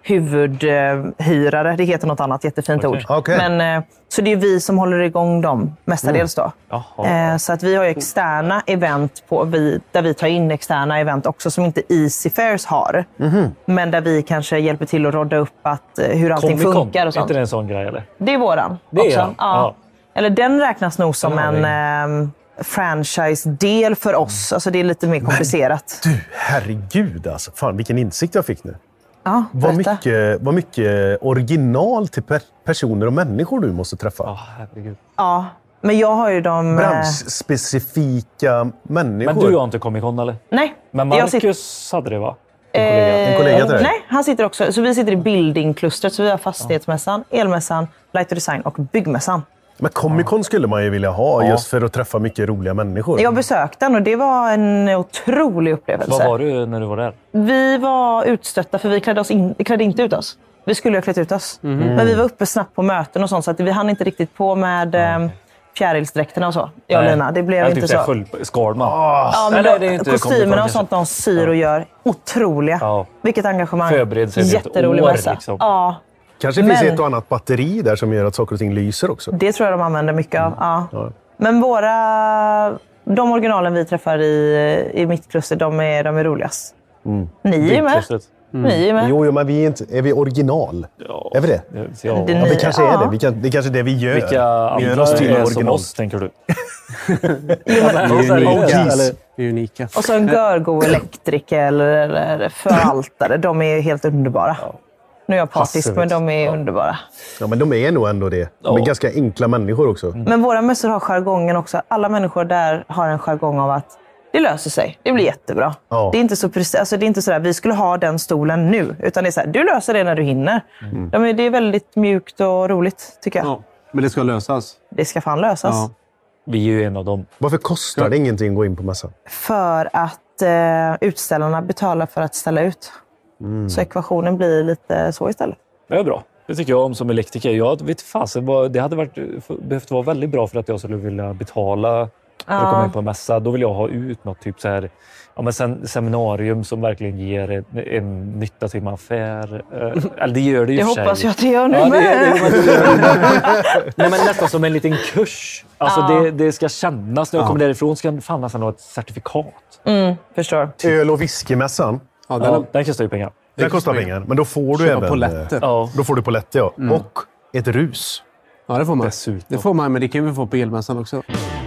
Speaker 4: huvudhyrare. Det heter något annat jättefint
Speaker 3: Okej.
Speaker 4: ord.
Speaker 1: Okej.
Speaker 4: Men, eh, så det är vi som håller igång dem mestadels då.
Speaker 3: Jaha.
Speaker 4: Eh, Så att vi har ju externa event på, vi, där vi tar in externa event också som inte Easy Fairs har. Men där vi kanske hjälper till att rodda upp att, eh, hur allting
Speaker 3: Comic-Con,
Speaker 4: funkar och
Speaker 3: är
Speaker 4: sånt.
Speaker 3: inte det en sån grej eller?
Speaker 4: Det är våran
Speaker 3: Det är
Speaker 4: också.
Speaker 3: den? Ja.
Speaker 4: Eller den räknas nog som
Speaker 3: Den har
Speaker 4: en
Speaker 3: vi.
Speaker 4: eh, franchise-del för oss. Alltså det är lite mer komplicerat.
Speaker 1: Du, herregud alltså. Fan, vilken insikt jag fick nu.
Speaker 4: Ja,
Speaker 1: Vad
Speaker 4: berätta.
Speaker 1: mycket, vad mycket original till per- personer och människor du måste träffa.
Speaker 3: Ja, herregud.
Speaker 4: Ja, men jag har ju de... eh,
Speaker 1: Branschspecifika människor.
Speaker 3: Men du har inte Comic-Con eller?
Speaker 4: Nej.
Speaker 3: Men
Speaker 4: jag
Speaker 3: Marcus hade det va? En kollega.
Speaker 4: Eh,
Speaker 1: En kollega till dig?
Speaker 4: Nej, han sitter också. Så vi sitter i building-klustret. Så vi har fastighetsmässan, elmässan, light och design och byggmässan.
Speaker 1: Men Comic-Con skulle man ju vilja ha just för att träffa mycket roliga människor.
Speaker 4: Jag besökte den och det var en otrolig upplevelse.
Speaker 3: Vad var du när du var där?
Speaker 4: Vi var utstötta för vi klädde, oss in, klädde inte ut oss. Vi skulle ha klätt ut oss. Men vi var uppe snabbt på möten och sånt så att vi hann inte riktigt på med mm. fjärilsdräkterna och så. Jag och
Speaker 3: Nej.
Speaker 4: Lina, det blev
Speaker 3: Jag
Speaker 4: inte
Speaker 3: tyckte
Speaker 4: så.
Speaker 3: jag Skalman.
Speaker 4: Ja, men
Speaker 3: Nej,
Speaker 4: då,
Speaker 3: det är inte
Speaker 4: kostymerna
Speaker 3: Comic-Con
Speaker 4: och sånt de syr och gör, otroliga.
Speaker 3: Ja.
Speaker 4: Vilket engagemang.
Speaker 3: Förbered sig för ett
Speaker 4: Jätterolig
Speaker 3: år,
Speaker 4: mässa.
Speaker 3: liksom.
Speaker 4: Ja,
Speaker 1: Kanske finns
Speaker 4: Men-
Speaker 1: ett och annat batteri där som gör att saker och ting lyser också.
Speaker 4: det tror jag de använder mycket av. Ja.
Speaker 1: Ja.
Speaker 4: Men våra, de originalen vi träffar i, i mitt kluster, de är, de är roligast. Ni är med.
Speaker 3: Byggklustret.
Speaker 4: Ni är med.
Speaker 1: Jo, jo, men vi är, inte, är vi original?
Speaker 3: Ja.
Speaker 1: Är vi det?
Speaker 3: Ja.
Speaker 4: Det-
Speaker 1: Ja, vi
Speaker 4: Ni-
Speaker 1: kanske
Speaker 4: ja.
Speaker 1: är det. Vi kan, det är kanske det vi gör.
Speaker 3: Vilka
Speaker 1: vi gör
Speaker 3: andra
Speaker 1: oss till
Speaker 3: är som
Speaker 1: original.
Speaker 3: oss, tänker du?
Speaker 2: Vi är
Speaker 3: O
Speaker 2: unika.
Speaker 3: Gs.
Speaker 2: Eller, vi är unika.
Speaker 4: Och så en görgo-elektriker eller, eller förvaltare. De är helt underbara. Nu är jag partisk, men de är underbara.
Speaker 1: Ja, men de är nog ändå det. De är
Speaker 3: Ja.
Speaker 1: ganska enkla människor också.
Speaker 4: Men våra mässor har jargongen också. Alla människor där har en jargong av att det löser sig. Det blir jättebra.
Speaker 1: Ja.
Speaker 4: Det är inte så precis, alltså det är inte så där, vi skulle ha den stolen nu. Utan det är så här, du löser det när du hinner. De är, det är väldigt mjukt och roligt, tycker jag.
Speaker 2: Ja, men det ska lösas.
Speaker 4: Det ska fan lösas.
Speaker 2: Ja.
Speaker 3: Vi är ju en av dem.
Speaker 1: Varför kostar det ingenting att gå in på mässan?
Speaker 4: För att eh, utställarna betalar för att ställa ut. Så ekvationen blir lite så istället.
Speaker 3: Det är bra. Det tycker jag om som elektriker. Jag vet fasen, vad- det hade varit, behövt vara väldigt bra för att jag skulle vilja betala för att
Speaker 4: Ja.
Speaker 3: komma in på en mässa. Då vill jag ha ut något typ så här, ja, men sen, seminarium som verkligen ger en, en nytta till min affär. Eh, Eller det gör det ju
Speaker 4: Det
Speaker 3: för sig.
Speaker 4: hoppas jag att det gör nu
Speaker 3: Ja, det,
Speaker 4: med.
Speaker 3: det, Nej, men nästan som en liten kurs. Alltså
Speaker 4: Ja.
Speaker 3: det, det ska kännas när jag kommer därifrån. Ska jag fan nästan ha ett certifikat.
Speaker 4: Mm, förstår.
Speaker 1: Öl och whiskymässan.
Speaker 2: Ja, den
Speaker 3: Ja, den kostar ju pengar.
Speaker 1: Den kostar pengar. Men då får du
Speaker 2: Köpa
Speaker 1: även...
Speaker 2: polletter.
Speaker 3: Ja,
Speaker 1: Då får du polletter, ja. Och ett rus.
Speaker 2: Ja, det får man.
Speaker 3: dessutom.
Speaker 2: Det får man, men det kan vi få på elmässan också.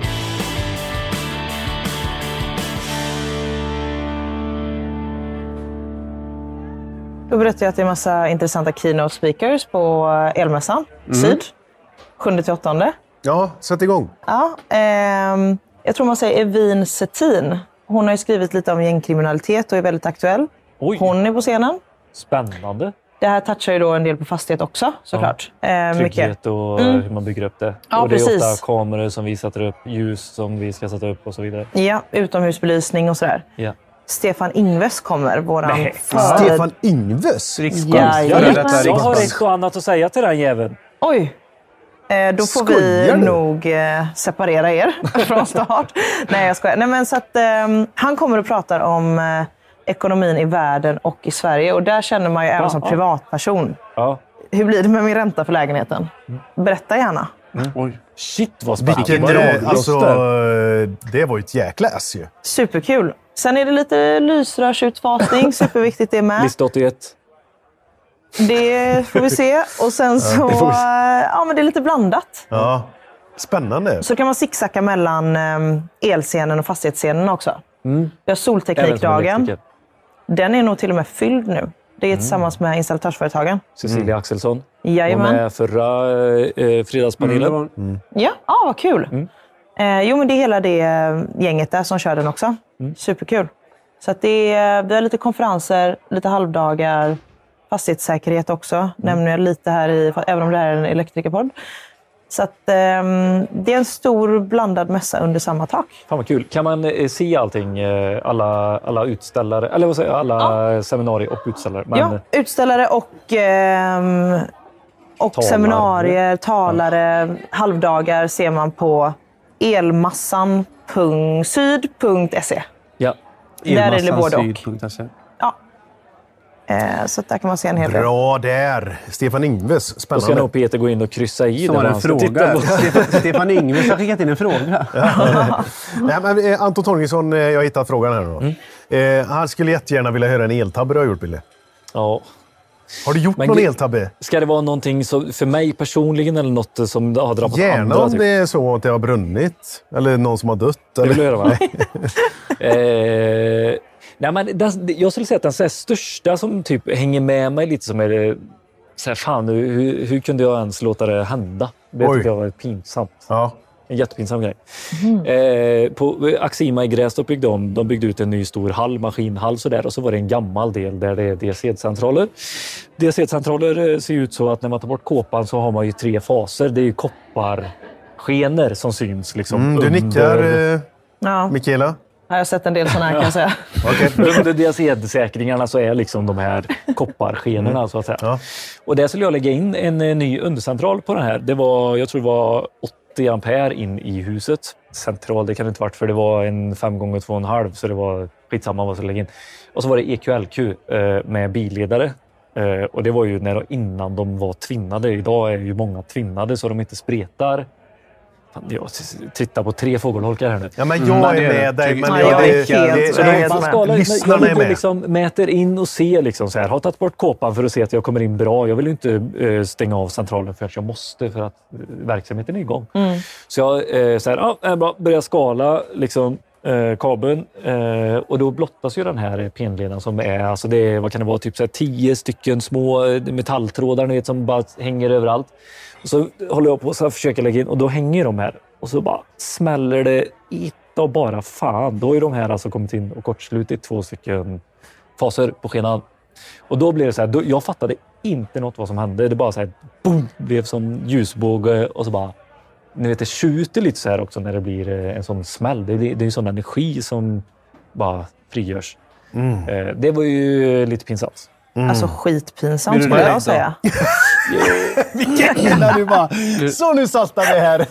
Speaker 4: Då berättar jag att det är en massa intressanta keynote speakers på elmässan. Syd. sjunde till åttonde.
Speaker 1: Ja, sätt igång.
Speaker 4: Ja, ehm, jag tror man säger Evin Settin. Hon har ju skrivit lite om gängkriminalitet och är väldigt aktuell.
Speaker 3: Oj,
Speaker 4: Hon är på scenen.
Speaker 3: spännande.
Speaker 4: Det här touchar ju då en del på fastighet också, såklart. Eh, mycket.
Speaker 3: Trygghet och
Speaker 4: Mm.
Speaker 3: hur man bygger upp det.
Speaker 4: Ja,
Speaker 3: och det är
Speaker 4: precis.
Speaker 3: ofta kameror som vi sätter upp, ljus som vi ska sätta upp och så vidare.
Speaker 4: Ja, utomhusbelysning och sådär.
Speaker 3: Ja.
Speaker 4: Stefan Ingves kommer, våran
Speaker 3: Nej.
Speaker 4: för...
Speaker 1: Stefan Ingves.
Speaker 4: Jajamän.
Speaker 3: Jag,
Speaker 4: Jajamän.
Speaker 3: vet, jag har ett och annat att säga till den jäveln.
Speaker 4: Oj! Eh, då får
Speaker 1: Skojar
Speaker 4: vi
Speaker 1: du?
Speaker 4: nog eh, separera er från start. Nej, jag skojar. Nej, men så att, eh, han kommer och pratar om eh, ekonomin i världen och i Sverige. Och där känner man ju även
Speaker 3: Ja,
Speaker 4: som
Speaker 3: ja.
Speaker 4: privatperson.
Speaker 3: Ja.
Speaker 4: Hur blir det med min ränta för lägenheten? Berätta gärna.
Speaker 2: Oj.
Speaker 3: Shit vad spännande.
Speaker 1: Vilken,
Speaker 3: Vad
Speaker 1: eh,
Speaker 3: radiost
Speaker 1: alltså,
Speaker 3: där.
Speaker 1: eh, det var ju ett jäkla ass ju.
Speaker 4: Superkul. Sen är det lite lysrörsutfasning. Superviktigt det med.
Speaker 3: Lista åttioett.
Speaker 4: Det får vi se. Och sen så...
Speaker 1: det får vi se.
Speaker 4: eh, Ja, men det är lite blandat.
Speaker 1: Ja. Spännande.
Speaker 4: Så kan man zigzacka mellan eh, elscenen och fastighetsscenen också. Vi har
Speaker 3: Även som
Speaker 4: Solteknikdagen.
Speaker 3: elektriker.
Speaker 4: Den är nog till och med fylld nu. Det är tillsammans med installatörsföretagen.
Speaker 3: Cecilia Axelsson. Hon
Speaker 4: Jajamän.
Speaker 3: med förra eh, fredagspanelen.
Speaker 2: Mm, det var-
Speaker 4: Ja, ah, vad kul. Eh, jo, men det är hela det eh, gänget där som kör den också. Superkul. Så att det är, vi har lite konferenser, lite halvdagar, fastighetssäkerhet också. Nämner jag lite här i, även om det här är en elektrikerpodd. Så att ehm, det är en stor blandad mässa under samma tak.
Speaker 3: Fan vad kul. Kan man eh, se allting? Eh, alla, alla utställare, eller vad säger jag, alla seminarier och utställare. Men,
Speaker 4: Ja, utställare och, ehm, och
Speaker 3: Talare.
Speaker 4: seminarier, talare, halvdagar ser man på elmassan punkt syd punkt se.
Speaker 3: ja.
Speaker 4: Där är det både och.
Speaker 2: Elmassansyd punkt se.
Speaker 4: Ja. Eh, så där kan man se en hel del.
Speaker 1: Bra där! Stefan Ingves,
Speaker 3: Då
Speaker 1: spännande.
Speaker 3: ska nog Peter gå in och kryssa i.
Speaker 2: Som var en fråga. Stefan, Stefan Ingves har skickat in en fråga.
Speaker 1: Ja. Nej, men, eh, Anton Torgensson, eh, jag har hittat frågan här då. Mm. Eh, han skulle jättegärna vilja höra en eltabbe du har gjort, Bille.
Speaker 3: Ja.
Speaker 1: Har du gjort
Speaker 3: Men
Speaker 1: någon
Speaker 3: gud,
Speaker 1: eltabbe?
Speaker 3: Ska det vara någonting som, för mig personligen eller något som har drabbat
Speaker 1: Gärna
Speaker 3: andra?
Speaker 1: om
Speaker 3: Typ?
Speaker 1: det är så att det har brunnit. Eller någon som har dött.
Speaker 3: Det
Speaker 1: Eller?
Speaker 3: vill du höra, va? eh, nej, men den, jag skulle säga att den så här, största som typ hänger med mig lite som är så här, fan, hur, hur kunde jag ens låta det hända? Det
Speaker 1: Oj.
Speaker 3: tycker jag var pinsamt.
Speaker 1: Ja.
Speaker 3: En jättepinsam grej. Mm. Eh, på Axima i Grästorp byggde de, de byggde ut en ny stor hall, maskinhall så där, och så var det en gammal del där det är D C D-centraler. D C D-centraler ser ut så att när man tar bort kåpan så har man ju tre faser. Det är ju kopparskenor som syns. Liksom,
Speaker 1: Mm, du
Speaker 3: under,
Speaker 1: nickar, eh,
Speaker 4: Ja.
Speaker 1: Mikaela.
Speaker 4: Jag har sett en del sådana här kan jag säga.
Speaker 1: Okay.
Speaker 3: Under D C D-säkringarna så är liksom de här kopparskenorna mm. så att säga.
Speaker 1: Ja.
Speaker 3: Och där skulle jag lägga in en, en ny undercentral på den här. Det var, jag tror det var åttio ampere in i huset. Central, det kan det inte varit för det var en fem gånger två och en halv så det var skitsamma vad jag skulle lägga in. Och så var det E Q L Q eh, med billedare. Eh, och det var ju när, innan de var tvinnade. Idag är ju många tvinnade så de inte spretar. Fan, jag tittar på tre fågelholkar här nu.
Speaker 1: Ja, men jag är med dig. Men
Speaker 4: Ja,
Speaker 1: jag,
Speaker 4: jag är
Speaker 1: det,
Speaker 4: helt-
Speaker 1: det,
Speaker 3: Så
Speaker 4: jag är
Speaker 3: då, man
Speaker 4: med.
Speaker 3: skalar,
Speaker 1: Lyssnarna
Speaker 3: jag
Speaker 1: är
Speaker 3: går
Speaker 1: med.
Speaker 3: liksom, mäter in och ser liksom så här, har tagit bort kåpan för att se att jag kommer in bra. Jag vill ju inte eh, stänga av centralen för att jag måste för att eh, verksamheten är igång.
Speaker 4: Mm.
Speaker 3: Så jag eh, så här, ja, är bra, börjar skala liksom, eh, kabeln eh, och då blottas ju den här penledaren som är, alltså det är, vad kan det vara, typ så här, tio stycken små eh, metalltrådar ni vet, som bara hänger överallt. Och så håller jag på och försöker lägga in och då hänger de här. Och så bara smäller det i och bara fan. Då är de här alltså kommit in och kortslutit två stycken faser på skenan. Och då blir det så här, då, jag fattade inte något vad som hände. Det bara så här, boom, blev som ljusbåge och så bara, ni vet det skjuter lite så här också när det blir en sån smäll. Det, det, det är ju sån energi som bara frigörs. Mm. Eh, det var ju lite pinsamt.
Speaker 4: Mm. Alltså skitpinsamt
Speaker 2: Vill du
Speaker 4: skulle
Speaker 2: det
Speaker 4: jag
Speaker 2: då?
Speaker 4: säga.
Speaker 1: Vilken gillar du bara. Så nu saltar vi här.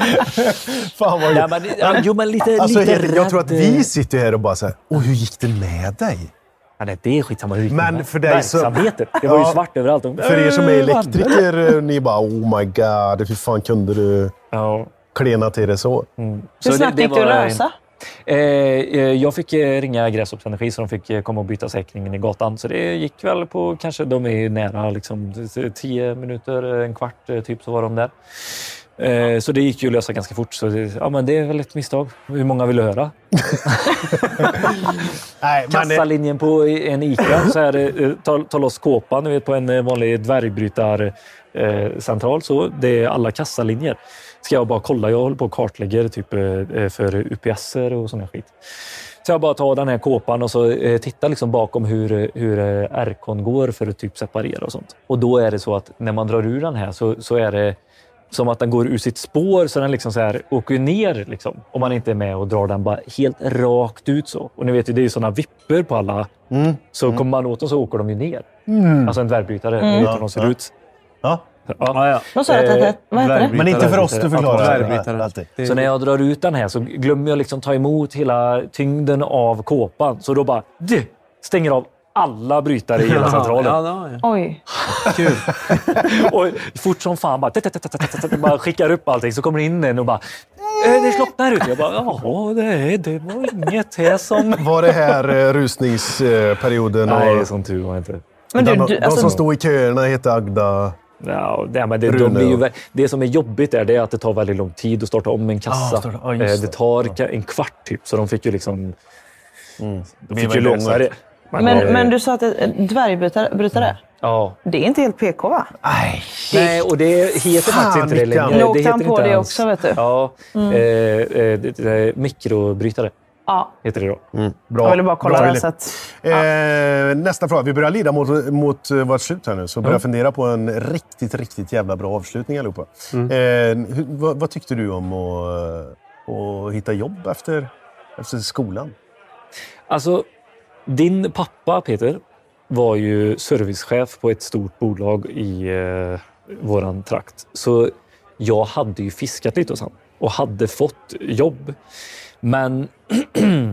Speaker 1: Fan vad
Speaker 3: Ja, men, ja, jo, men lite,
Speaker 1: alltså,
Speaker 3: lite
Speaker 1: jag, jag tror att vi
Speaker 3: rädd.
Speaker 1: sitter här och bara så här, åh, hur gick det med dig?
Speaker 3: Ja, nej, det är skitsamma. hur gick det
Speaker 1: Men
Speaker 3: med
Speaker 1: för dig så-
Speaker 3: verksamheten. Det var ju
Speaker 1: Ja.
Speaker 3: svart överallt.
Speaker 1: För er som är
Speaker 3: Äh, vad hände?
Speaker 1: elektriker, ni bara, oh my god, hur fan kunde du
Speaker 3: Ja.
Speaker 1: klena till det så?
Speaker 3: Mm.
Speaker 4: Hur
Speaker 3: Så
Speaker 4: snabbt
Speaker 3: det- det
Speaker 4: gick du att
Speaker 3: var-
Speaker 4: lösa?
Speaker 3: Eh, eh, jag fick eh, ringa Grästorps Energi så de fick eh, komma och byta säkringen i gatan. Så det gick väl på, kanske de är nära liksom, tio minuter, en kvart eh, typ så var de där. Eh, så det gick ju att lösa ganska fort. Så det, ja, men det är väl ett misstag. Hur många vill du höra?
Speaker 1: Nej, men det,
Speaker 3: Kassalinjen på en ICA, så är det, eh, ta, ta loss kåpan ni vet, på en eh, vanlig dvärgbrytarcentral. Så det är alla kassalinjer. Ska jag bara kolla, jag håller på och kartlägger typ, eh, för U P S-er och sån här skit. Så jag bara tar den här kåpan och så eh, tittar liksom bakom hur, hur eh, R K:n går för att typ separera och sånt. Och då är det så att när man drar ur den här så, så är det som att den går ur sitt spår så den liksom så här åker ner liksom. Om man inte är med och drar den bara helt rakt ut så. Och ni vet ju, det är ju sådana vipper på alla.
Speaker 1: Mm.
Speaker 3: Så kommer man åt dem så åker de ju ner.
Speaker 1: Mm.
Speaker 3: Alltså en dvärgbrytare,
Speaker 4: Mm.
Speaker 3: ni vet
Speaker 1: Ja,
Speaker 3: hur de ser
Speaker 1: ja.
Speaker 3: ut.
Speaker 1: Ja.
Speaker 2: Ja, ja.
Speaker 4: Vad sa du?
Speaker 3: Eh,
Speaker 4: att- Vad heter det?
Speaker 1: Men inte för oss, du förklarar.
Speaker 2: Dvärgbrytare.
Speaker 1: Alltid.
Speaker 3: Så när jag drar ut den här så glömmer jag liksom ta emot hela tyngden av kåpan. Så då bara du, stänger av alla brytare i hela centralen.
Speaker 2: Ja, ja, ja.
Speaker 4: Oj.
Speaker 2: Kul.
Speaker 3: Och fort som fan bara, bara skickar upp allting. Så kommer det in en och bara "Eh, det slocknar ut. Jag bara, jaha, det, det var inget här som...
Speaker 1: Var det här eh, rusningsperioden?
Speaker 3: Nej,
Speaker 1: och,
Speaker 3: som tur var inte.
Speaker 4: Men
Speaker 1: de,
Speaker 4: du,
Speaker 1: de
Speaker 4: du, alltså,
Speaker 1: som stod i köerna hette Agda.
Speaker 3: Ja, det, men det, de
Speaker 1: Rune
Speaker 3: blir ju,
Speaker 1: och-
Speaker 3: vä- det som är jobbigt är, det är att det tar väldigt lång tid att starta om en kassa.
Speaker 1: Ah, starta- ah, just
Speaker 3: Eh,
Speaker 1: det.
Speaker 3: det tar ka- en kvart typ, så de fick ju liksom... De
Speaker 1: var
Speaker 3: fick
Speaker 1: ju
Speaker 3: ju lösa
Speaker 1: långa.
Speaker 3: det.
Speaker 4: men,
Speaker 3: eh,
Speaker 4: men du sa att det är en dvärgbrytare. Brytare.
Speaker 3: Ja.
Speaker 4: Det är inte helt P K, va?
Speaker 1: Nej.
Speaker 3: Nej, och det heter
Speaker 1: Fan,
Speaker 3: faktiskt inte det
Speaker 1: Mickan.
Speaker 3: längre.
Speaker 4: Lågt
Speaker 3: Det heter
Speaker 4: han på
Speaker 3: inte
Speaker 4: det
Speaker 3: ens-
Speaker 4: också, vet du.
Speaker 3: Ja,
Speaker 4: Mm.
Speaker 3: eh, eh, det, det, mikrobrytare
Speaker 4: Ja.
Speaker 3: heter det då.
Speaker 1: Bra.
Speaker 4: Jag ville bara kolla
Speaker 1: Bra,
Speaker 4: det.
Speaker 1: Wille.
Speaker 4: Så att,
Speaker 1: Eh, nästa fråga. Vi börjar lida mot, mot eh, vårt slut här nu. Så börja
Speaker 3: Ja.
Speaker 1: fundera på en riktigt, riktigt jävla bra avslutning allihopa.
Speaker 2: Mm.
Speaker 1: Eh, hur, vad, vad tyckte du om att, att hitta jobb efter, efter skolan?
Speaker 3: Alltså, din pappa Peter var ju servicechef på ett stort bolag i eh, våran trakt. Så jag hade ju fiskat lite hos han och hade fått jobb. Men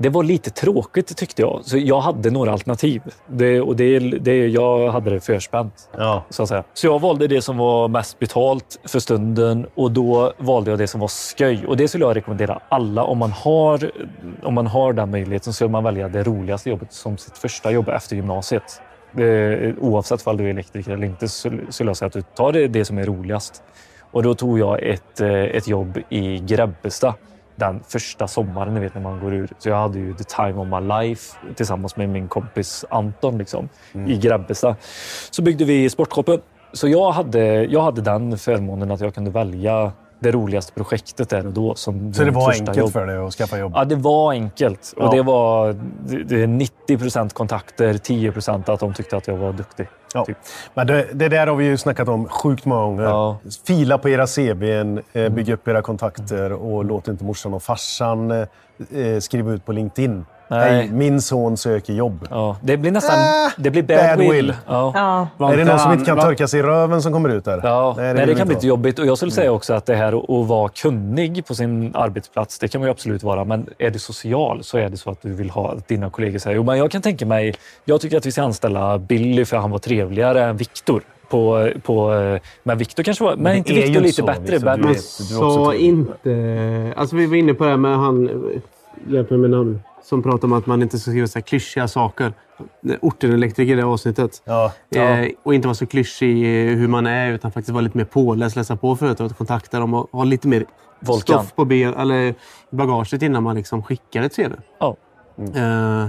Speaker 3: Det var lite tråkigt tyckte jag. Så jag hade några alternativ. Det, och det, det, jag hade det förspänt.
Speaker 1: Ja.
Speaker 3: Så att säga. Så jag valde det som var mest betalt för stunden. Och då valde jag det som var sköj. Och det skulle jag rekommendera alla. Om man har, om man har den möjligheten så skulle man välja det roligaste jobbet som sitt första jobb efter gymnasiet. Det, oavsett om du är elektriker eller inte så skulle jag säga att du tar det, det som är roligast. Och då tog jag ett, ett jobb i Grebbestad. Den första sommaren, ni vet när man går ur. Så jag hade ju the time of my life tillsammans med min kompis Anton liksom, mm. i Grebbestad. Så byggde vi sportshopen. Så jag hade, jag hade den förmånen att jag kunde välja det roligaste projektet där och då. Som
Speaker 1: så det var enkelt
Speaker 3: jobb.
Speaker 1: för dig att skaffa jobb?
Speaker 3: Ja, det var enkelt.
Speaker 1: Ja.
Speaker 3: Och det var det, det är nittio procent kontakter, tio procent att de tyckte att jag var duktig.
Speaker 1: Ja.
Speaker 3: Typ.
Speaker 1: Men det, det där har vi ju snackat om sjukt många gånger.
Speaker 3: Ja.
Speaker 1: Fila på era C V:n, eh, bygga upp era kontakter och låt inte morsan och farsan eh, skriva ut på LinkedIn.
Speaker 3: Nej.
Speaker 1: Hej, min son söker jobb.
Speaker 3: Ja, det blir nästan
Speaker 1: Äh,
Speaker 3: det blir bad,
Speaker 1: bad
Speaker 3: will.
Speaker 1: will.
Speaker 3: Ja.
Speaker 4: Ja.
Speaker 1: Är det någon som inte kan törka sig i röven som kommer ut där?
Speaker 3: Ja, nej, det,
Speaker 1: vill vi
Speaker 3: kan bli
Speaker 1: inte
Speaker 3: lite jobbigt. Och jag skulle säga också att det här att vara kunnig på sin arbetsplats, det kan man ju absolut vara. Men är du social så är det så att du vill ha att dina kollegor säger jo, men jag kan tänka mig, jag tycker att vi ska anställa Billy för han var trevligare än Viktor. På, på, men Viktor kanske var, men inte
Speaker 1: är ju
Speaker 3: Viktor lite
Speaker 1: så,
Speaker 3: bättre.
Speaker 1: Victor,
Speaker 3: Men,
Speaker 1: du vet.
Speaker 2: Så inte... Alltså vi var inne på det här med han... Hjälp mig med namn. Som pratar om att man inte ska skriva så här klyschiga saker. Orten elektriker i det avsnittet.
Speaker 1: Ja.
Speaker 2: Eh, och inte vara så klyschig hur man är utan faktiskt vara lite mer påläst, läsa på företaget, kontakta dem och ha lite mer
Speaker 3: Volkan.
Speaker 2: stoff på ben eller bagaget innan man liksom skickar ett C V.
Speaker 3: Ja.
Speaker 2: Eh,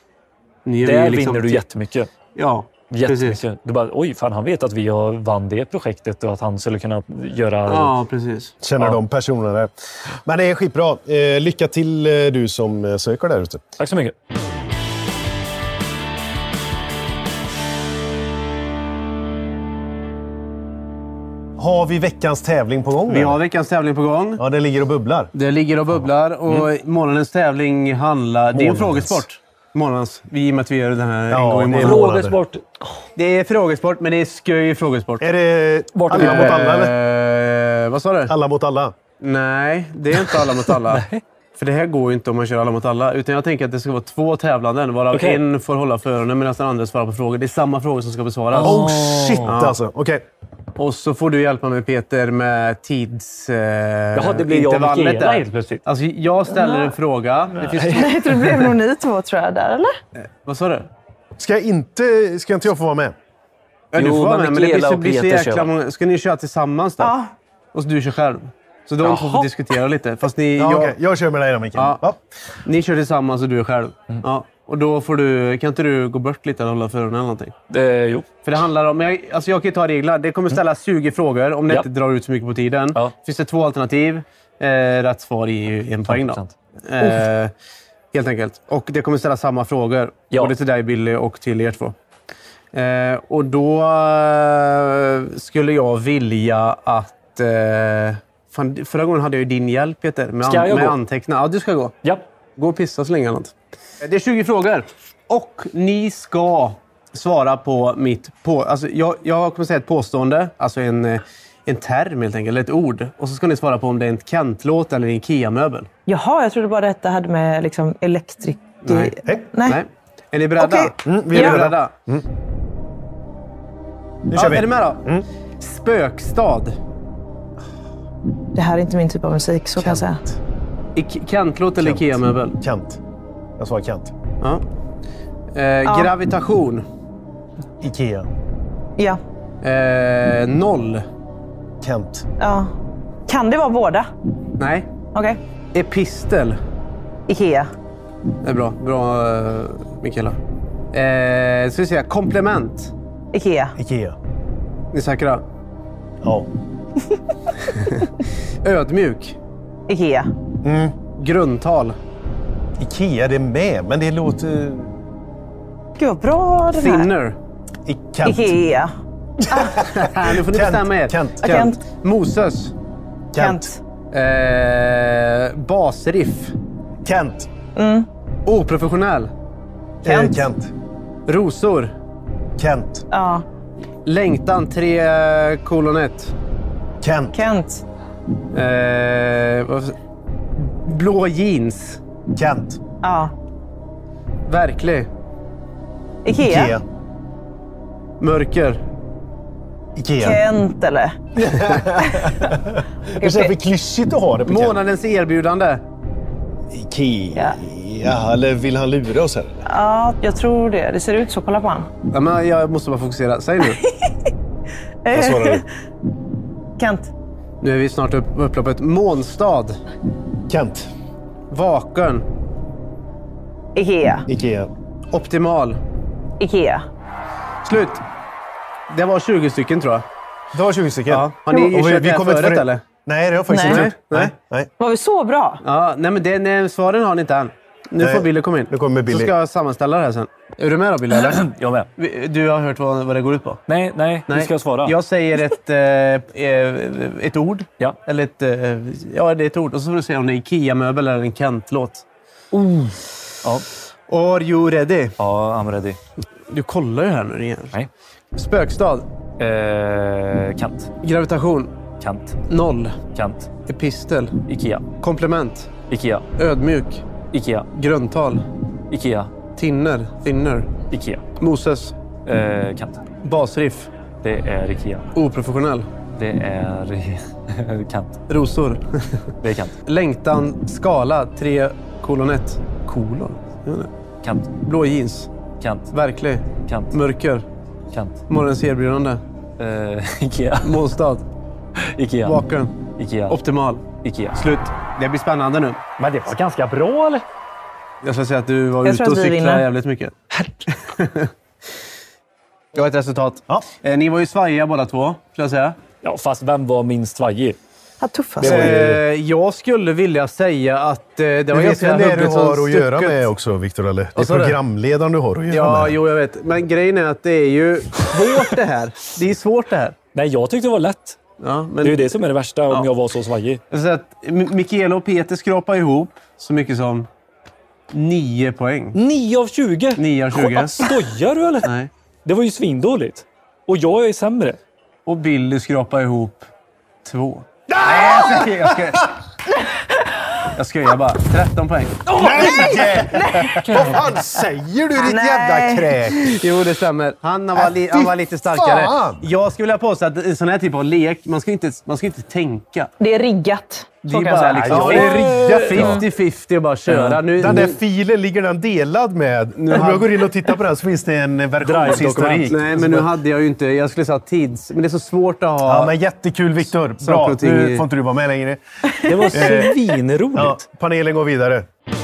Speaker 2: ni är
Speaker 3: Där
Speaker 2: ju liksom,
Speaker 3: vinner du jättemycket.
Speaker 2: Ja,
Speaker 3: Jättemycket.
Speaker 2: precis.
Speaker 3: Du bara, oj fan han vet att vi har vann det projektet och att han skulle kunna göra...
Speaker 2: Ja, precis.
Speaker 1: Känner
Speaker 3: Ja.
Speaker 1: de personerna där. Men det är skitbra. Eh, lycka till eh, du som eh, söker där ute.
Speaker 3: Tack så mycket.
Speaker 1: Har vi veckans tävling på gång?
Speaker 2: Vi
Speaker 1: eller?
Speaker 2: har veckans tävling på gång.
Speaker 1: Ja, det ligger och bubblar.
Speaker 2: Det ligger och bubblar och
Speaker 1: Mm.
Speaker 2: månadens tävling handlar... Det är en
Speaker 1: Månadens.
Speaker 2: frågesport. Månadens. Vi i och med att vi gör den här
Speaker 1: Ja,
Speaker 2: en gång i
Speaker 1: det är
Speaker 2: månaden.
Speaker 1: månader.
Speaker 3: Frågesport.
Speaker 2: Det är frågesport, men det är sköj frågesport.
Speaker 1: Är det
Speaker 3: Vart
Speaker 1: alla
Speaker 3: är
Speaker 1: mot alla eller?
Speaker 2: Eh, vad sa du?
Speaker 1: Alla mot alla?
Speaker 2: Nej, det är inte alla mot alla. För det här går ju inte om man kör alla mot alla. Utan jag tänker att det ska vara två tävlanden. Varav
Speaker 3: Okej.
Speaker 2: en får hålla för öronen medan den andra svarar på frågor. det är samma frågor som ska besvaras.
Speaker 1: Oh shit
Speaker 2: Ja.
Speaker 1: alltså. Okej.
Speaker 2: Och så får du hjälpa mig Peter med tids... Eh,
Speaker 3: Jaha, det blir jag och
Speaker 2: intervallet
Speaker 3: Mikaela
Speaker 2: där.
Speaker 3: helt plötsligt.
Speaker 2: Alltså, jag ställer en fråga. Det finns två...
Speaker 4: Nej, det blev nog ni två tror jag där, eller?
Speaker 2: Vad sa du?
Speaker 1: Ska jag inte, ska inte jag få vara med?
Speaker 2: Ja, du
Speaker 3: Jo,
Speaker 2: får vara
Speaker 3: men
Speaker 2: med, men det blir
Speaker 3: Mikaela
Speaker 2: så,
Speaker 3: och
Speaker 2: blir så
Speaker 3: Peter
Speaker 2: jäkla
Speaker 3: kör.
Speaker 2: många... Ska ni köra tillsammans då?
Speaker 4: Ja.
Speaker 2: Och så du kör själv? Så de två får
Speaker 3: Jaha.
Speaker 2: diskutera lite. Fast ni,
Speaker 1: Ja,
Speaker 2: jag,
Speaker 1: okej. Jag kör med dig då, Mikael.
Speaker 2: Ja.
Speaker 1: Ja.
Speaker 2: ni kör tillsammans och du är själv.
Speaker 3: Mm.
Speaker 2: Ja. Och då får du... Kan inte du gå bort lite och hålla för öronen eller någonting?
Speaker 3: Eh, jo.
Speaker 2: För det handlar om... Jag, alltså jag kan ju ta regler. Det kommer ställas tjugo frågor om det
Speaker 3: Ja.
Speaker 2: inte drar ut så mycket på tiden.
Speaker 3: Ja.
Speaker 2: Finns det två alternativ. Eh, rätt svar i en poäng då.
Speaker 3: procent.
Speaker 2: Eh, helt enkelt. Och det kommer ställa samma frågor.
Speaker 3: Ja.
Speaker 2: Både till dig Billy och till er två. Eh, och då eh, skulle jag vilja att... Eh, fan, förra gången hade jag ju din hjälp Peter. Med,
Speaker 3: Ska jag
Speaker 2: med
Speaker 3: gå?
Speaker 2: anteckna. Ja, du ska gå.
Speaker 3: Ja.
Speaker 2: Gå och pissa så länge eller något. Det är tjugo frågor. Och ni ska svara på mitt... På, alltså jag, jag kommer säga ett påstående. Alltså en, eh, en term helt enkelt. Eller ett ord. Och så ska ni svara på om det är en Kent-låt eller en Ikea-möbel.
Speaker 4: Jaha, jag trodde bara detta hade med liksom elektrik...
Speaker 2: Nej.
Speaker 1: Hej.
Speaker 4: Nej.
Speaker 2: Nej. Är ni beredda?
Speaker 4: Okej.
Speaker 1: Mm, vi
Speaker 2: Är
Speaker 1: är
Speaker 2: ni
Speaker 1: beredda.
Speaker 2: beredda?
Speaker 1: Nu
Speaker 2: Ja,
Speaker 1: kör vi.
Speaker 2: är ni med då? Spökstad.
Speaker 4: Det här är inte min typ av musik, så kan jag säga.
Speaker 2: Ik- Kent-låt eller
Speaker 1: Kent.
Speaker 2: Ikea-möbel?
Speaker 1: Kent. Jag sa Kent.
Speaker 2: Ja. Eh, gravitation.
Speaker 1: Ikea.
Speaker 4: Ja.
Speaker 2: Eh, noll.
Speaker 1: Kent.
Speaker 4: ja. Kan det vara båda?
Speaker 2: Nej.
Speaker 4: Okej.
Speaker 2: Epistel.
Speaker 4: Ikea.
Speaker 2: Det är bra. Bra, uh, Mikaela. Eh, ska vi säga komplement.
Speaker 4: Ikea.
Speaker 1: Ikea.
Speaker 2: Ni är säkra?
Speaker 1: Ja.
Speaker 2: Ödmjuk.
Speaker 4: Ikea.
Speaker 2: Grundtal.
Speaker 1: Ikea, det är med, men det låter...
Speaker 4: Gud vad bra den här.
Speaker 2: Thinner.
Speaker 1: I Kent.
Speaker 4: Ikea.
Speaker 2: Nu får ni
Speaker 1: Kent.
Speaker 2: bestämma er.
Speaker 1: Kent.
Speaker 4: Kent.
Speaker 2: Moses.
Speaker 4: Kent.
Speaker 2: Eh, basriff.
Speaker 1: Kent.
Speaker 2: Oprofessionell.
Speaker 1: Kent.
Speaker 4: Kent.
Speaker 1: Kent.
Speaker 2: Rosor.
Speaker 1: Kent.
Speaker 4: Ja.
Speaker 2: Längtan tre kolon ett.
Speaker 1: Kent.
Speaker 4: Kent.
Speaker 2: Eh, vad- blå jeans.
Speaker 1: Kent.
Speaker 4: Ja.
Speaker 2: Verklig.
Speaker 4: Ikea.
Speaker 1: Ikea.
Speaker 2: Mörker.
Speaker 1: Ikea.
Speaker 4: Kent eller?
Speaker 1: Det är så här för klyschigt att ha det på Kent.
Speaker 2: Månadens erbjudande.
Speaker 1: Ikea. Ja, eller vill han lura oss här?
Speaker 4: Ja, jag tror det. Det ser ut så. Kolla på han.
Speaker 2: Ja, men jag måste bara fokusera. Säg nu.
Speaker 1: Vad svarar du?
Speaker 4: Kent.
Speaker 2: Nu är vi snart upp, upploppet. Månstad.
Speaker 1: Kent.
Speaker 2: Vaken.
Speaker 4: Ikea.
Speaker 1: Ikea.
Speaker 2: Optimal.
Speaker 4: Ikea.
Speaker 2: Slut. Det var tjugo stycken tror jag.
Speaker 1: Det var tjugo stycken.
Speaker 2: Ja. Har ni
Speaker 1: Och
Speaker 2: kört det här
Speaker 1: kommer
Speaker 2: förut
Speaker 1: för...
Speaker 2: eller?
Speaker 1: Nej, det har jag faktiskt
Speaker 4: Nej.
Speaker 1: inte gjort.
Speaker 2: Nej.
Speaker 1: Nej.
Speaker 4: Var vi så bra?
Speaker 2: Ja, nej men det, nej, svaren har ni inte än. Nu
Speaker 1: Nej.
Speaker 2: får Billy komma in.
Speaker 1: Nu kommer Billy.
Speaker 2: Så ska jag sammanställa det här sen. Är du med då Billy eller?
Speaker 3: Jag med.
Speaker 2: Du har hört vad, vad det går ut på?
Speaker 3: Nej, nej,
Speaker 2: Nej.
Speaker 3: du ska svara.
Speaker 2: Jag säger ett, eh, eh, ett ord.
Speaker 3: Ja.
Speaker 2: Eller ett, eh, ja, det är ett ord. Och så får du säga om det är Ikea-möbel eller en Kent-låt.
Speaker 3: Ja.
Speaker 2: Are you ready?
Speaker 3: Ja, I'm ready.
Speaker 2: Du kollar ju här nu igen.
Speaker 3: Nej.
Speaker 2: Spökstad.
Speaker 3: Eh, Kant.
Speaker 2: Gravitation.
Speaker 3: Kant.
Speaker 2: Noll.
Speaker 3: Kant.
Speaker 2: Epistel.
Speaker 3: Ikea.
Speaker 2: Komplement.
Speaker 3: Ikea.
Speaker 2: Ödmjuk.
Speaker 3: Ikea.
Speaker 2: Grundtal.
Speaker 3: Ikea.
Speaker 2: Tinner. Thinner.
Speaker 3: Ikea.
Speaker 2: Moses.
Speaker 3: Eh, Kant.
Speaker 2: Basriff.
Speaker 3: Det är Ikea.
Speaker 2: Oprofessionell.
Speaker 3: Det är Kant.
Speaker 2: Rosor.
Speaker 3: Det är Kant.
Speaker 2: Längtan. Skala. tre kolon ett. Kolon?
Speaker 3: Kant.
Speaker 2: Blå jeans.
Speaker 3: Kant.
Speaker 2: Verklig.
Speaker 3: Kant.
Speaker 2: Mörker.
Speaker 3: Kant.
Speaker 2: Morgonens erbjudande.
Speaker 3: Eh, Ikea.
Speaker 2: Månstad.
Speaker 3: Ikea.
Speaker 2: Vaken.
Speaker 3: Ikea.
Speaker 2: Optimal.
Speaker 3: Ikea.
Speaker 2: Slut. Det blir spännande nu.
Speaker 3: Men det var ganska bra, eller?
Speaker 2: Jag ska säga att du var
Speaker 4: Jag
Speaker 2: ute
Speaker 4: tror
Speaker 2: och
Speaker 4: att vi
Speaker 2: cyklade
Speaker 4: vinner.
Speaker 2: jävligt mycket. Jag har ett resultat.
Speaker 1: Ja.
Speaker 2: Eh, ni var ju svajiga båda två, skulle jag säga.
Speaker 3: Ja, fast vem var minst svajig?
Speaker 4: Ja, tuffa
Speaker 3: Det var
Speaker 2: Eh,
Speaker 3: ju-
Speaker 2: jag skulle vilja säga att eh, det var
Speaker 1: Du vet
Speaker 2: ganska
Speaker 1: vem det är du
Speaker 2: hugget som
Speaker 1: har att göra
Speaker 2: stucket.
Speaker 1: med också, Victor? Eller? Det
Speaker 2: Vad
Speaker 1: är
Speaker 2: sa du?
Speaker 1: programledaren du har att göra
Speaker 2: Ja,
Speaker 1: med.
Speaker 2: jo, jag vet. Men grejen är att det är ju svårt det här. Det är svårt det här.
Speaker 3: Nej, jag tyckte det var lätt.
Speaker 2: Ja, men
Speaker 3: Det är ju det som är det värsta om
Speaker 2: Ja.
Speaker 3: jag var så svajig.
Speaker 2: jag säger att M- Mikaela och Peter skrapar ihop så mycket som nio poäng.
Speaker 3: nio av tjugo!
Speaker 2: nio av tjugo.
Speaker 3: Skojar du eller?
Speaker 2: Nej.
Speaker 3: Det var ju svindåligt. Och jag är sämre.
Speaker 2: Och Billy skrapar ihop två. Nej, jag skojar. Jag skojar. Jag skojar bara. tretton poäng.
Speaker 1: Nej! Vad fan säger du, ditt
Speaker 4: Nej.
Speaker 1: jävla kräk?
Speaker 2: Jo, det stämmer. Han var, li-
Speaker 1: Äh,
Speaker 2: han var lite starkare.
Speaker 1: fan!
Speaker 2: Jag skulle vilja påstå att en sån här typ av lek, man ska inte, man ska inte tänka.
Speaker 4: Det är riggat.
Speaker 2: Det
Speaker 4: Så
Speaker 2: är
Speaker 4: kan jag
Speaker 2: bara
Speaker 4: säga.
Speaker 2: liksom,
Speaker 1: Ja, det är riggat.
Speaker 2: femtio femtio och bara köra. Nu,
Speaker 1: Den där
Speaker 2: nu,
Speaker 1: filen, ligger den delad med? Om jag går in och tittar på den så finns det en versionshistorik.
Speaker 2: nej, men nu hade jag ju inte... Jag skulle säga tids... Men det är så svårt att ha...
Speaker 1: Ja, men jättekul, Victor. Bra,
Speaker 2: Saker och ting
Speaker 1: nu
Speaker 2: i-
Speaker 1: får inte du vara med längre.
Speaker 3: Det var svinroligt.
Speaker 1: Ja, panelen går vidare.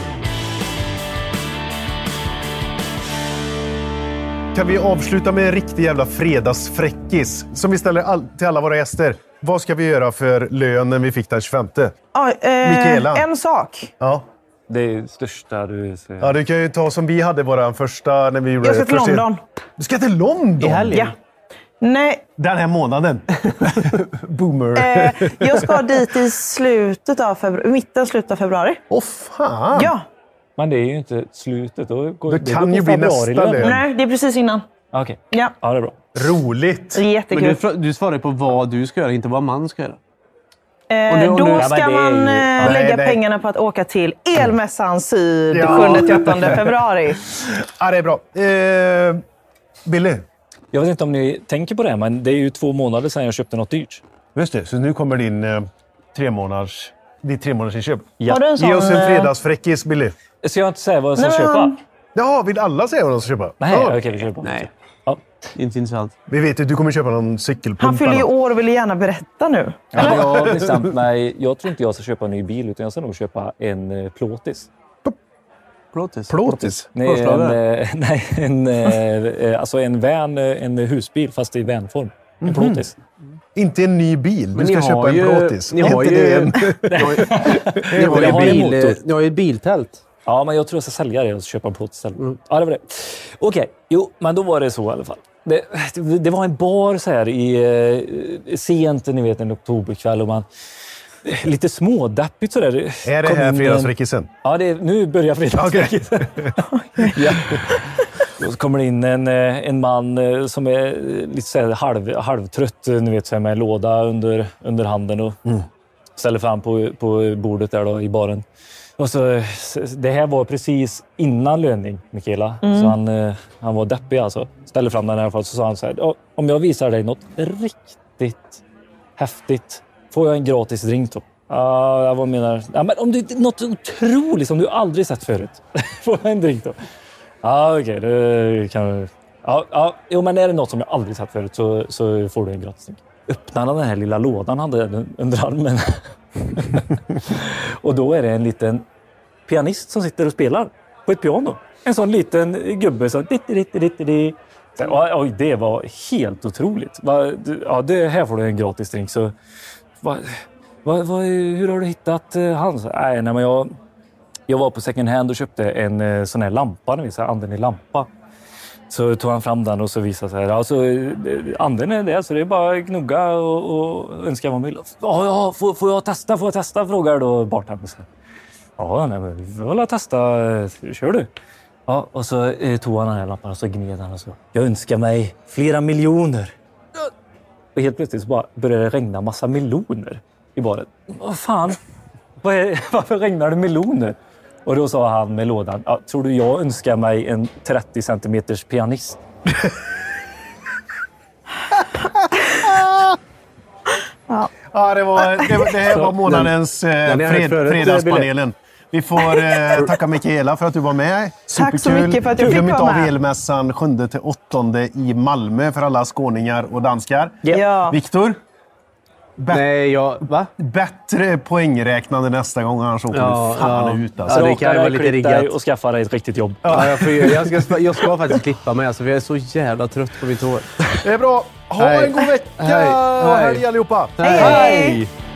Speaker 1: Kan vi avsluta med en riktig jävla fredagsfräckis som vi ställer all, till alla våra gäster? Vad ska vi göra för lönen vi fick den tjugofemte?
Speaker 4: Ja, eh,
Speaker 1: Mikaela.
Speaker 4: en sak.
Speaker 1: Ja.
Speaker 3: Det är det största du säger.
Speaker 1: Ja, du kan ju ta som vi hade våra första... När vi gjorde
Speaker 4: Jag ska till
Speaker 1: första-
Speaker 4: London.
Speaker 1: Du ska till London?
Speaker 2: I helgen.
Speaker 4: Ja. Nej,
Speaker 1: Den här månaden. Boomer.
Speaker 4: eh, jag ska dit i slutet av februari. Mitten, slutet av februari.
Speaker 1: Åh fan!
Speaker 4: Ja.
Speaker 3: Men det är ju inte slutet. Då går,
Speaker 1: Det
Speaker 3: det
Speaker 1: kan
Speaker 3: går
Speaker 1: ju
Speaker 3: på
Speaker 1: bli
Speaker 3: februari
Speaker 1: nästa
Speaker 3: lön.
Speaker 1: lön.
Speaker 4: Nej, det är precis innan.
Speaker 3: Okej.
Speaker 4: Ja,
Speaker 3: Ja, det är bra.
Speaker 1: Roligt!
Speaker 4: det är jättekul.
Speaker 2: Men du, fr- du svarar på vad du ska göra, inte vad man ska göra.
Speaker 4: Eh,
Speaker 2: Och nu- och
Speaker 4: då
Speaker 2: nu- Ja,
Speaker 4: ska
Speaker 3: men det är ju-
Speaker 4: man eh,
Speaker 1: Nej,
Speaker 4: lägga
Speaker 1: nej.
Speaker 4: pengarna på att åka till Elmässan Syd
Speaker 1: Ja.
Speaker 4: sjunde till åttonde februari.
Speaker 1: Ja, det är bra. Eh, Billy.
Speaker 3: Jag vet inte om ni tänker på det, men det är ju två månader sedan jag köpte något dyrt.
Speaker 1: Just det, så nu kommer din eh, tre månaders, ditt tre månaders inköp.
Speaker 3: Ja.
Speaker 4: Har du en sån?
Speaker 1: Ge oss en
Speaker 4: eh,
Speaker 1: fredagsfräckis, Billy.
Speaker 3: Ska jag inte säga vad jag ska
Speaker 4: Nej,
Speaker 3: köpa?
Speaker 4: men-
Speaker 1: Jaha, vill alla säga vad de ska köpa?
Speaker 3: Nej,
Speaker 1: Ja.
Speaker 3: okej, vi kör på.
Speaker 2: Nej.
Speaker 3: Ja.
Speaker 2: Inte intressant.
Speaker 1: Vi vet ju, du kommer köpa någon cykelpump.
Speaker 4: Han fyller ju
Speaker 1: eller något.
Speaker 4: år och vill gärna berätta nu.
Speaker 3: Ja, men jag har bestämt mig. Jag tror inte jag ska köpa en ny bil, utan jag ska nog köpa en eh, plåtis.
Speaker 2: Plåtis.
Speaker 1: Plåtis.
Speaker 3: Nej, en,
Speaker 2: Plåtslagare?
Speaker 3: eh, nej, en, eh, eh, alltså en van, eh, en husbil fast i vanform. En plåtis.
Speaker 1: Inte en ny bil. Du
Speaker 2: Men
Speaker 1: ska
Speaker 2: ni
Speaker 1: köpa
Speaker 2: har
Speaker 1: en
Speaker 2: ju-
Speaker 1: plåtis.
Speaker 2: ni
Speaker 1: Är
Speaker 2: har
Speaker 1: inte
Speaker 2: ju-
Speaker 1: det en...
Speaker 2: Ni har ju, ni har
Speaker 3: Jag
Speaker 2: ju,
Speaker 3: har en
Speaker 2: bil,
Speaker 3: motor.
Speaker 2: ni har ju biltält.
Speaker 3: Ja, men jag tror jag ska sälja det och köpa en plåt istället. Ja, det var det. Okej, jo, men då var det så i alla fall. Det, det, det var en bar så här i eh, sent, ni vet, en oktoberkväll och man... Lite smådappigt sådär.
Speaker 1: Är det
Speaker 3: Kom
Speaker 1: här
Speaker 3: in en-
Speaker 1: fredagsfräckisen?
Speaker 3: Ja, det är, nu börjar fredagsfräckisen. Ja. Och så kommer det in en, eh, en man eh, som är eh, lite så här halv, halvtrött, eh, ni vet, så här med en låda under, under handen och ställer fram på, på bordet där då, i baren. Och så, det här var precis innan löning, Mikaela. Mm. Så han, han var deppig alltså. Ställde fram den i alla fall, så sa han så här: om jag visar dig något riktigt häftigt, får jag en gratis drink då? Ja, jag vad menar? Ja, men om det är något otroligt som du aldrig sett förut, får jag en drink då? Ja, okej, okay, det kan ja, ja, jo, men är det något som jag aldrig sett förut så, så får du en gratis drink. Öppnar han den här lilla lådan han hade under armen. Och då är det en liten pianist som sitter och spelar på ett piano. En sån liten gubbe som... Oj, det var helt otroligt. Ja, det här får du en gratis drink. Så, va, va, va, hur har du hittat han? Nej, nej, men jag, jag var på second hand och köpte en sån här lampa. Ni visar anden i lampa. Så tog han fram den och så visade så här. Alltså, anden är det, så det är bara att gnugga och, och önska vad man vill. Ja, ja, får, får jag testa? Får jag testa? Frågar då bartendern. Ja, nej, men vi vill testa. Kör du? Ja, och så eh, tog han den här lampan och så gned han och så. Jag önskar mig flera miljoner. Och helt plötsligt så bara började det regna massa miljoner i badet. Vad fan? Vad är, varför regnar det miljoner? Och då sa han med lådan: ja, tror du jag önskar mig en trettio centimeters pianist?
Speaker 1: ja. ja, det var det, det här var månadens eh, fred, fredagspanelen. Vi får eh, tacka Mikaela för att du var med. Superkul.
Speaker 4: Tack så mycket för att jag fick vara med.
Speaker 1: Glöm inte av elmässan sjunde till åttonde i Malmö för alla skåningar och danskar.
Speaker 4: Yeah. Ja.
Speaker 1: Viktor?
Speaker 2: Bet- Nej, jag... Va?
Speaker 1: Bättre poängräknande nästa gång han såg
Speaker 2: ja,
Speaker 1: fan
Speaker 2: ja.
Speaker 1: ut. Alltså.
Speaker 2: Ja, det kan vara lite riggat.
Speaker 3: Och skaffa dig ett riktigt jobb.
Speaker 2: Ja, jag, får, jag, ska, jag ska faktiskt klippa mig. Alltså, jag är så jävla trött på mitt hår.
Speaker 1: Det är bra. Ha Hej. en god vecka.
Speaker 2: Hej.
Speaker 1: Hej allihopa.
Speaker 2: Hej. Hej.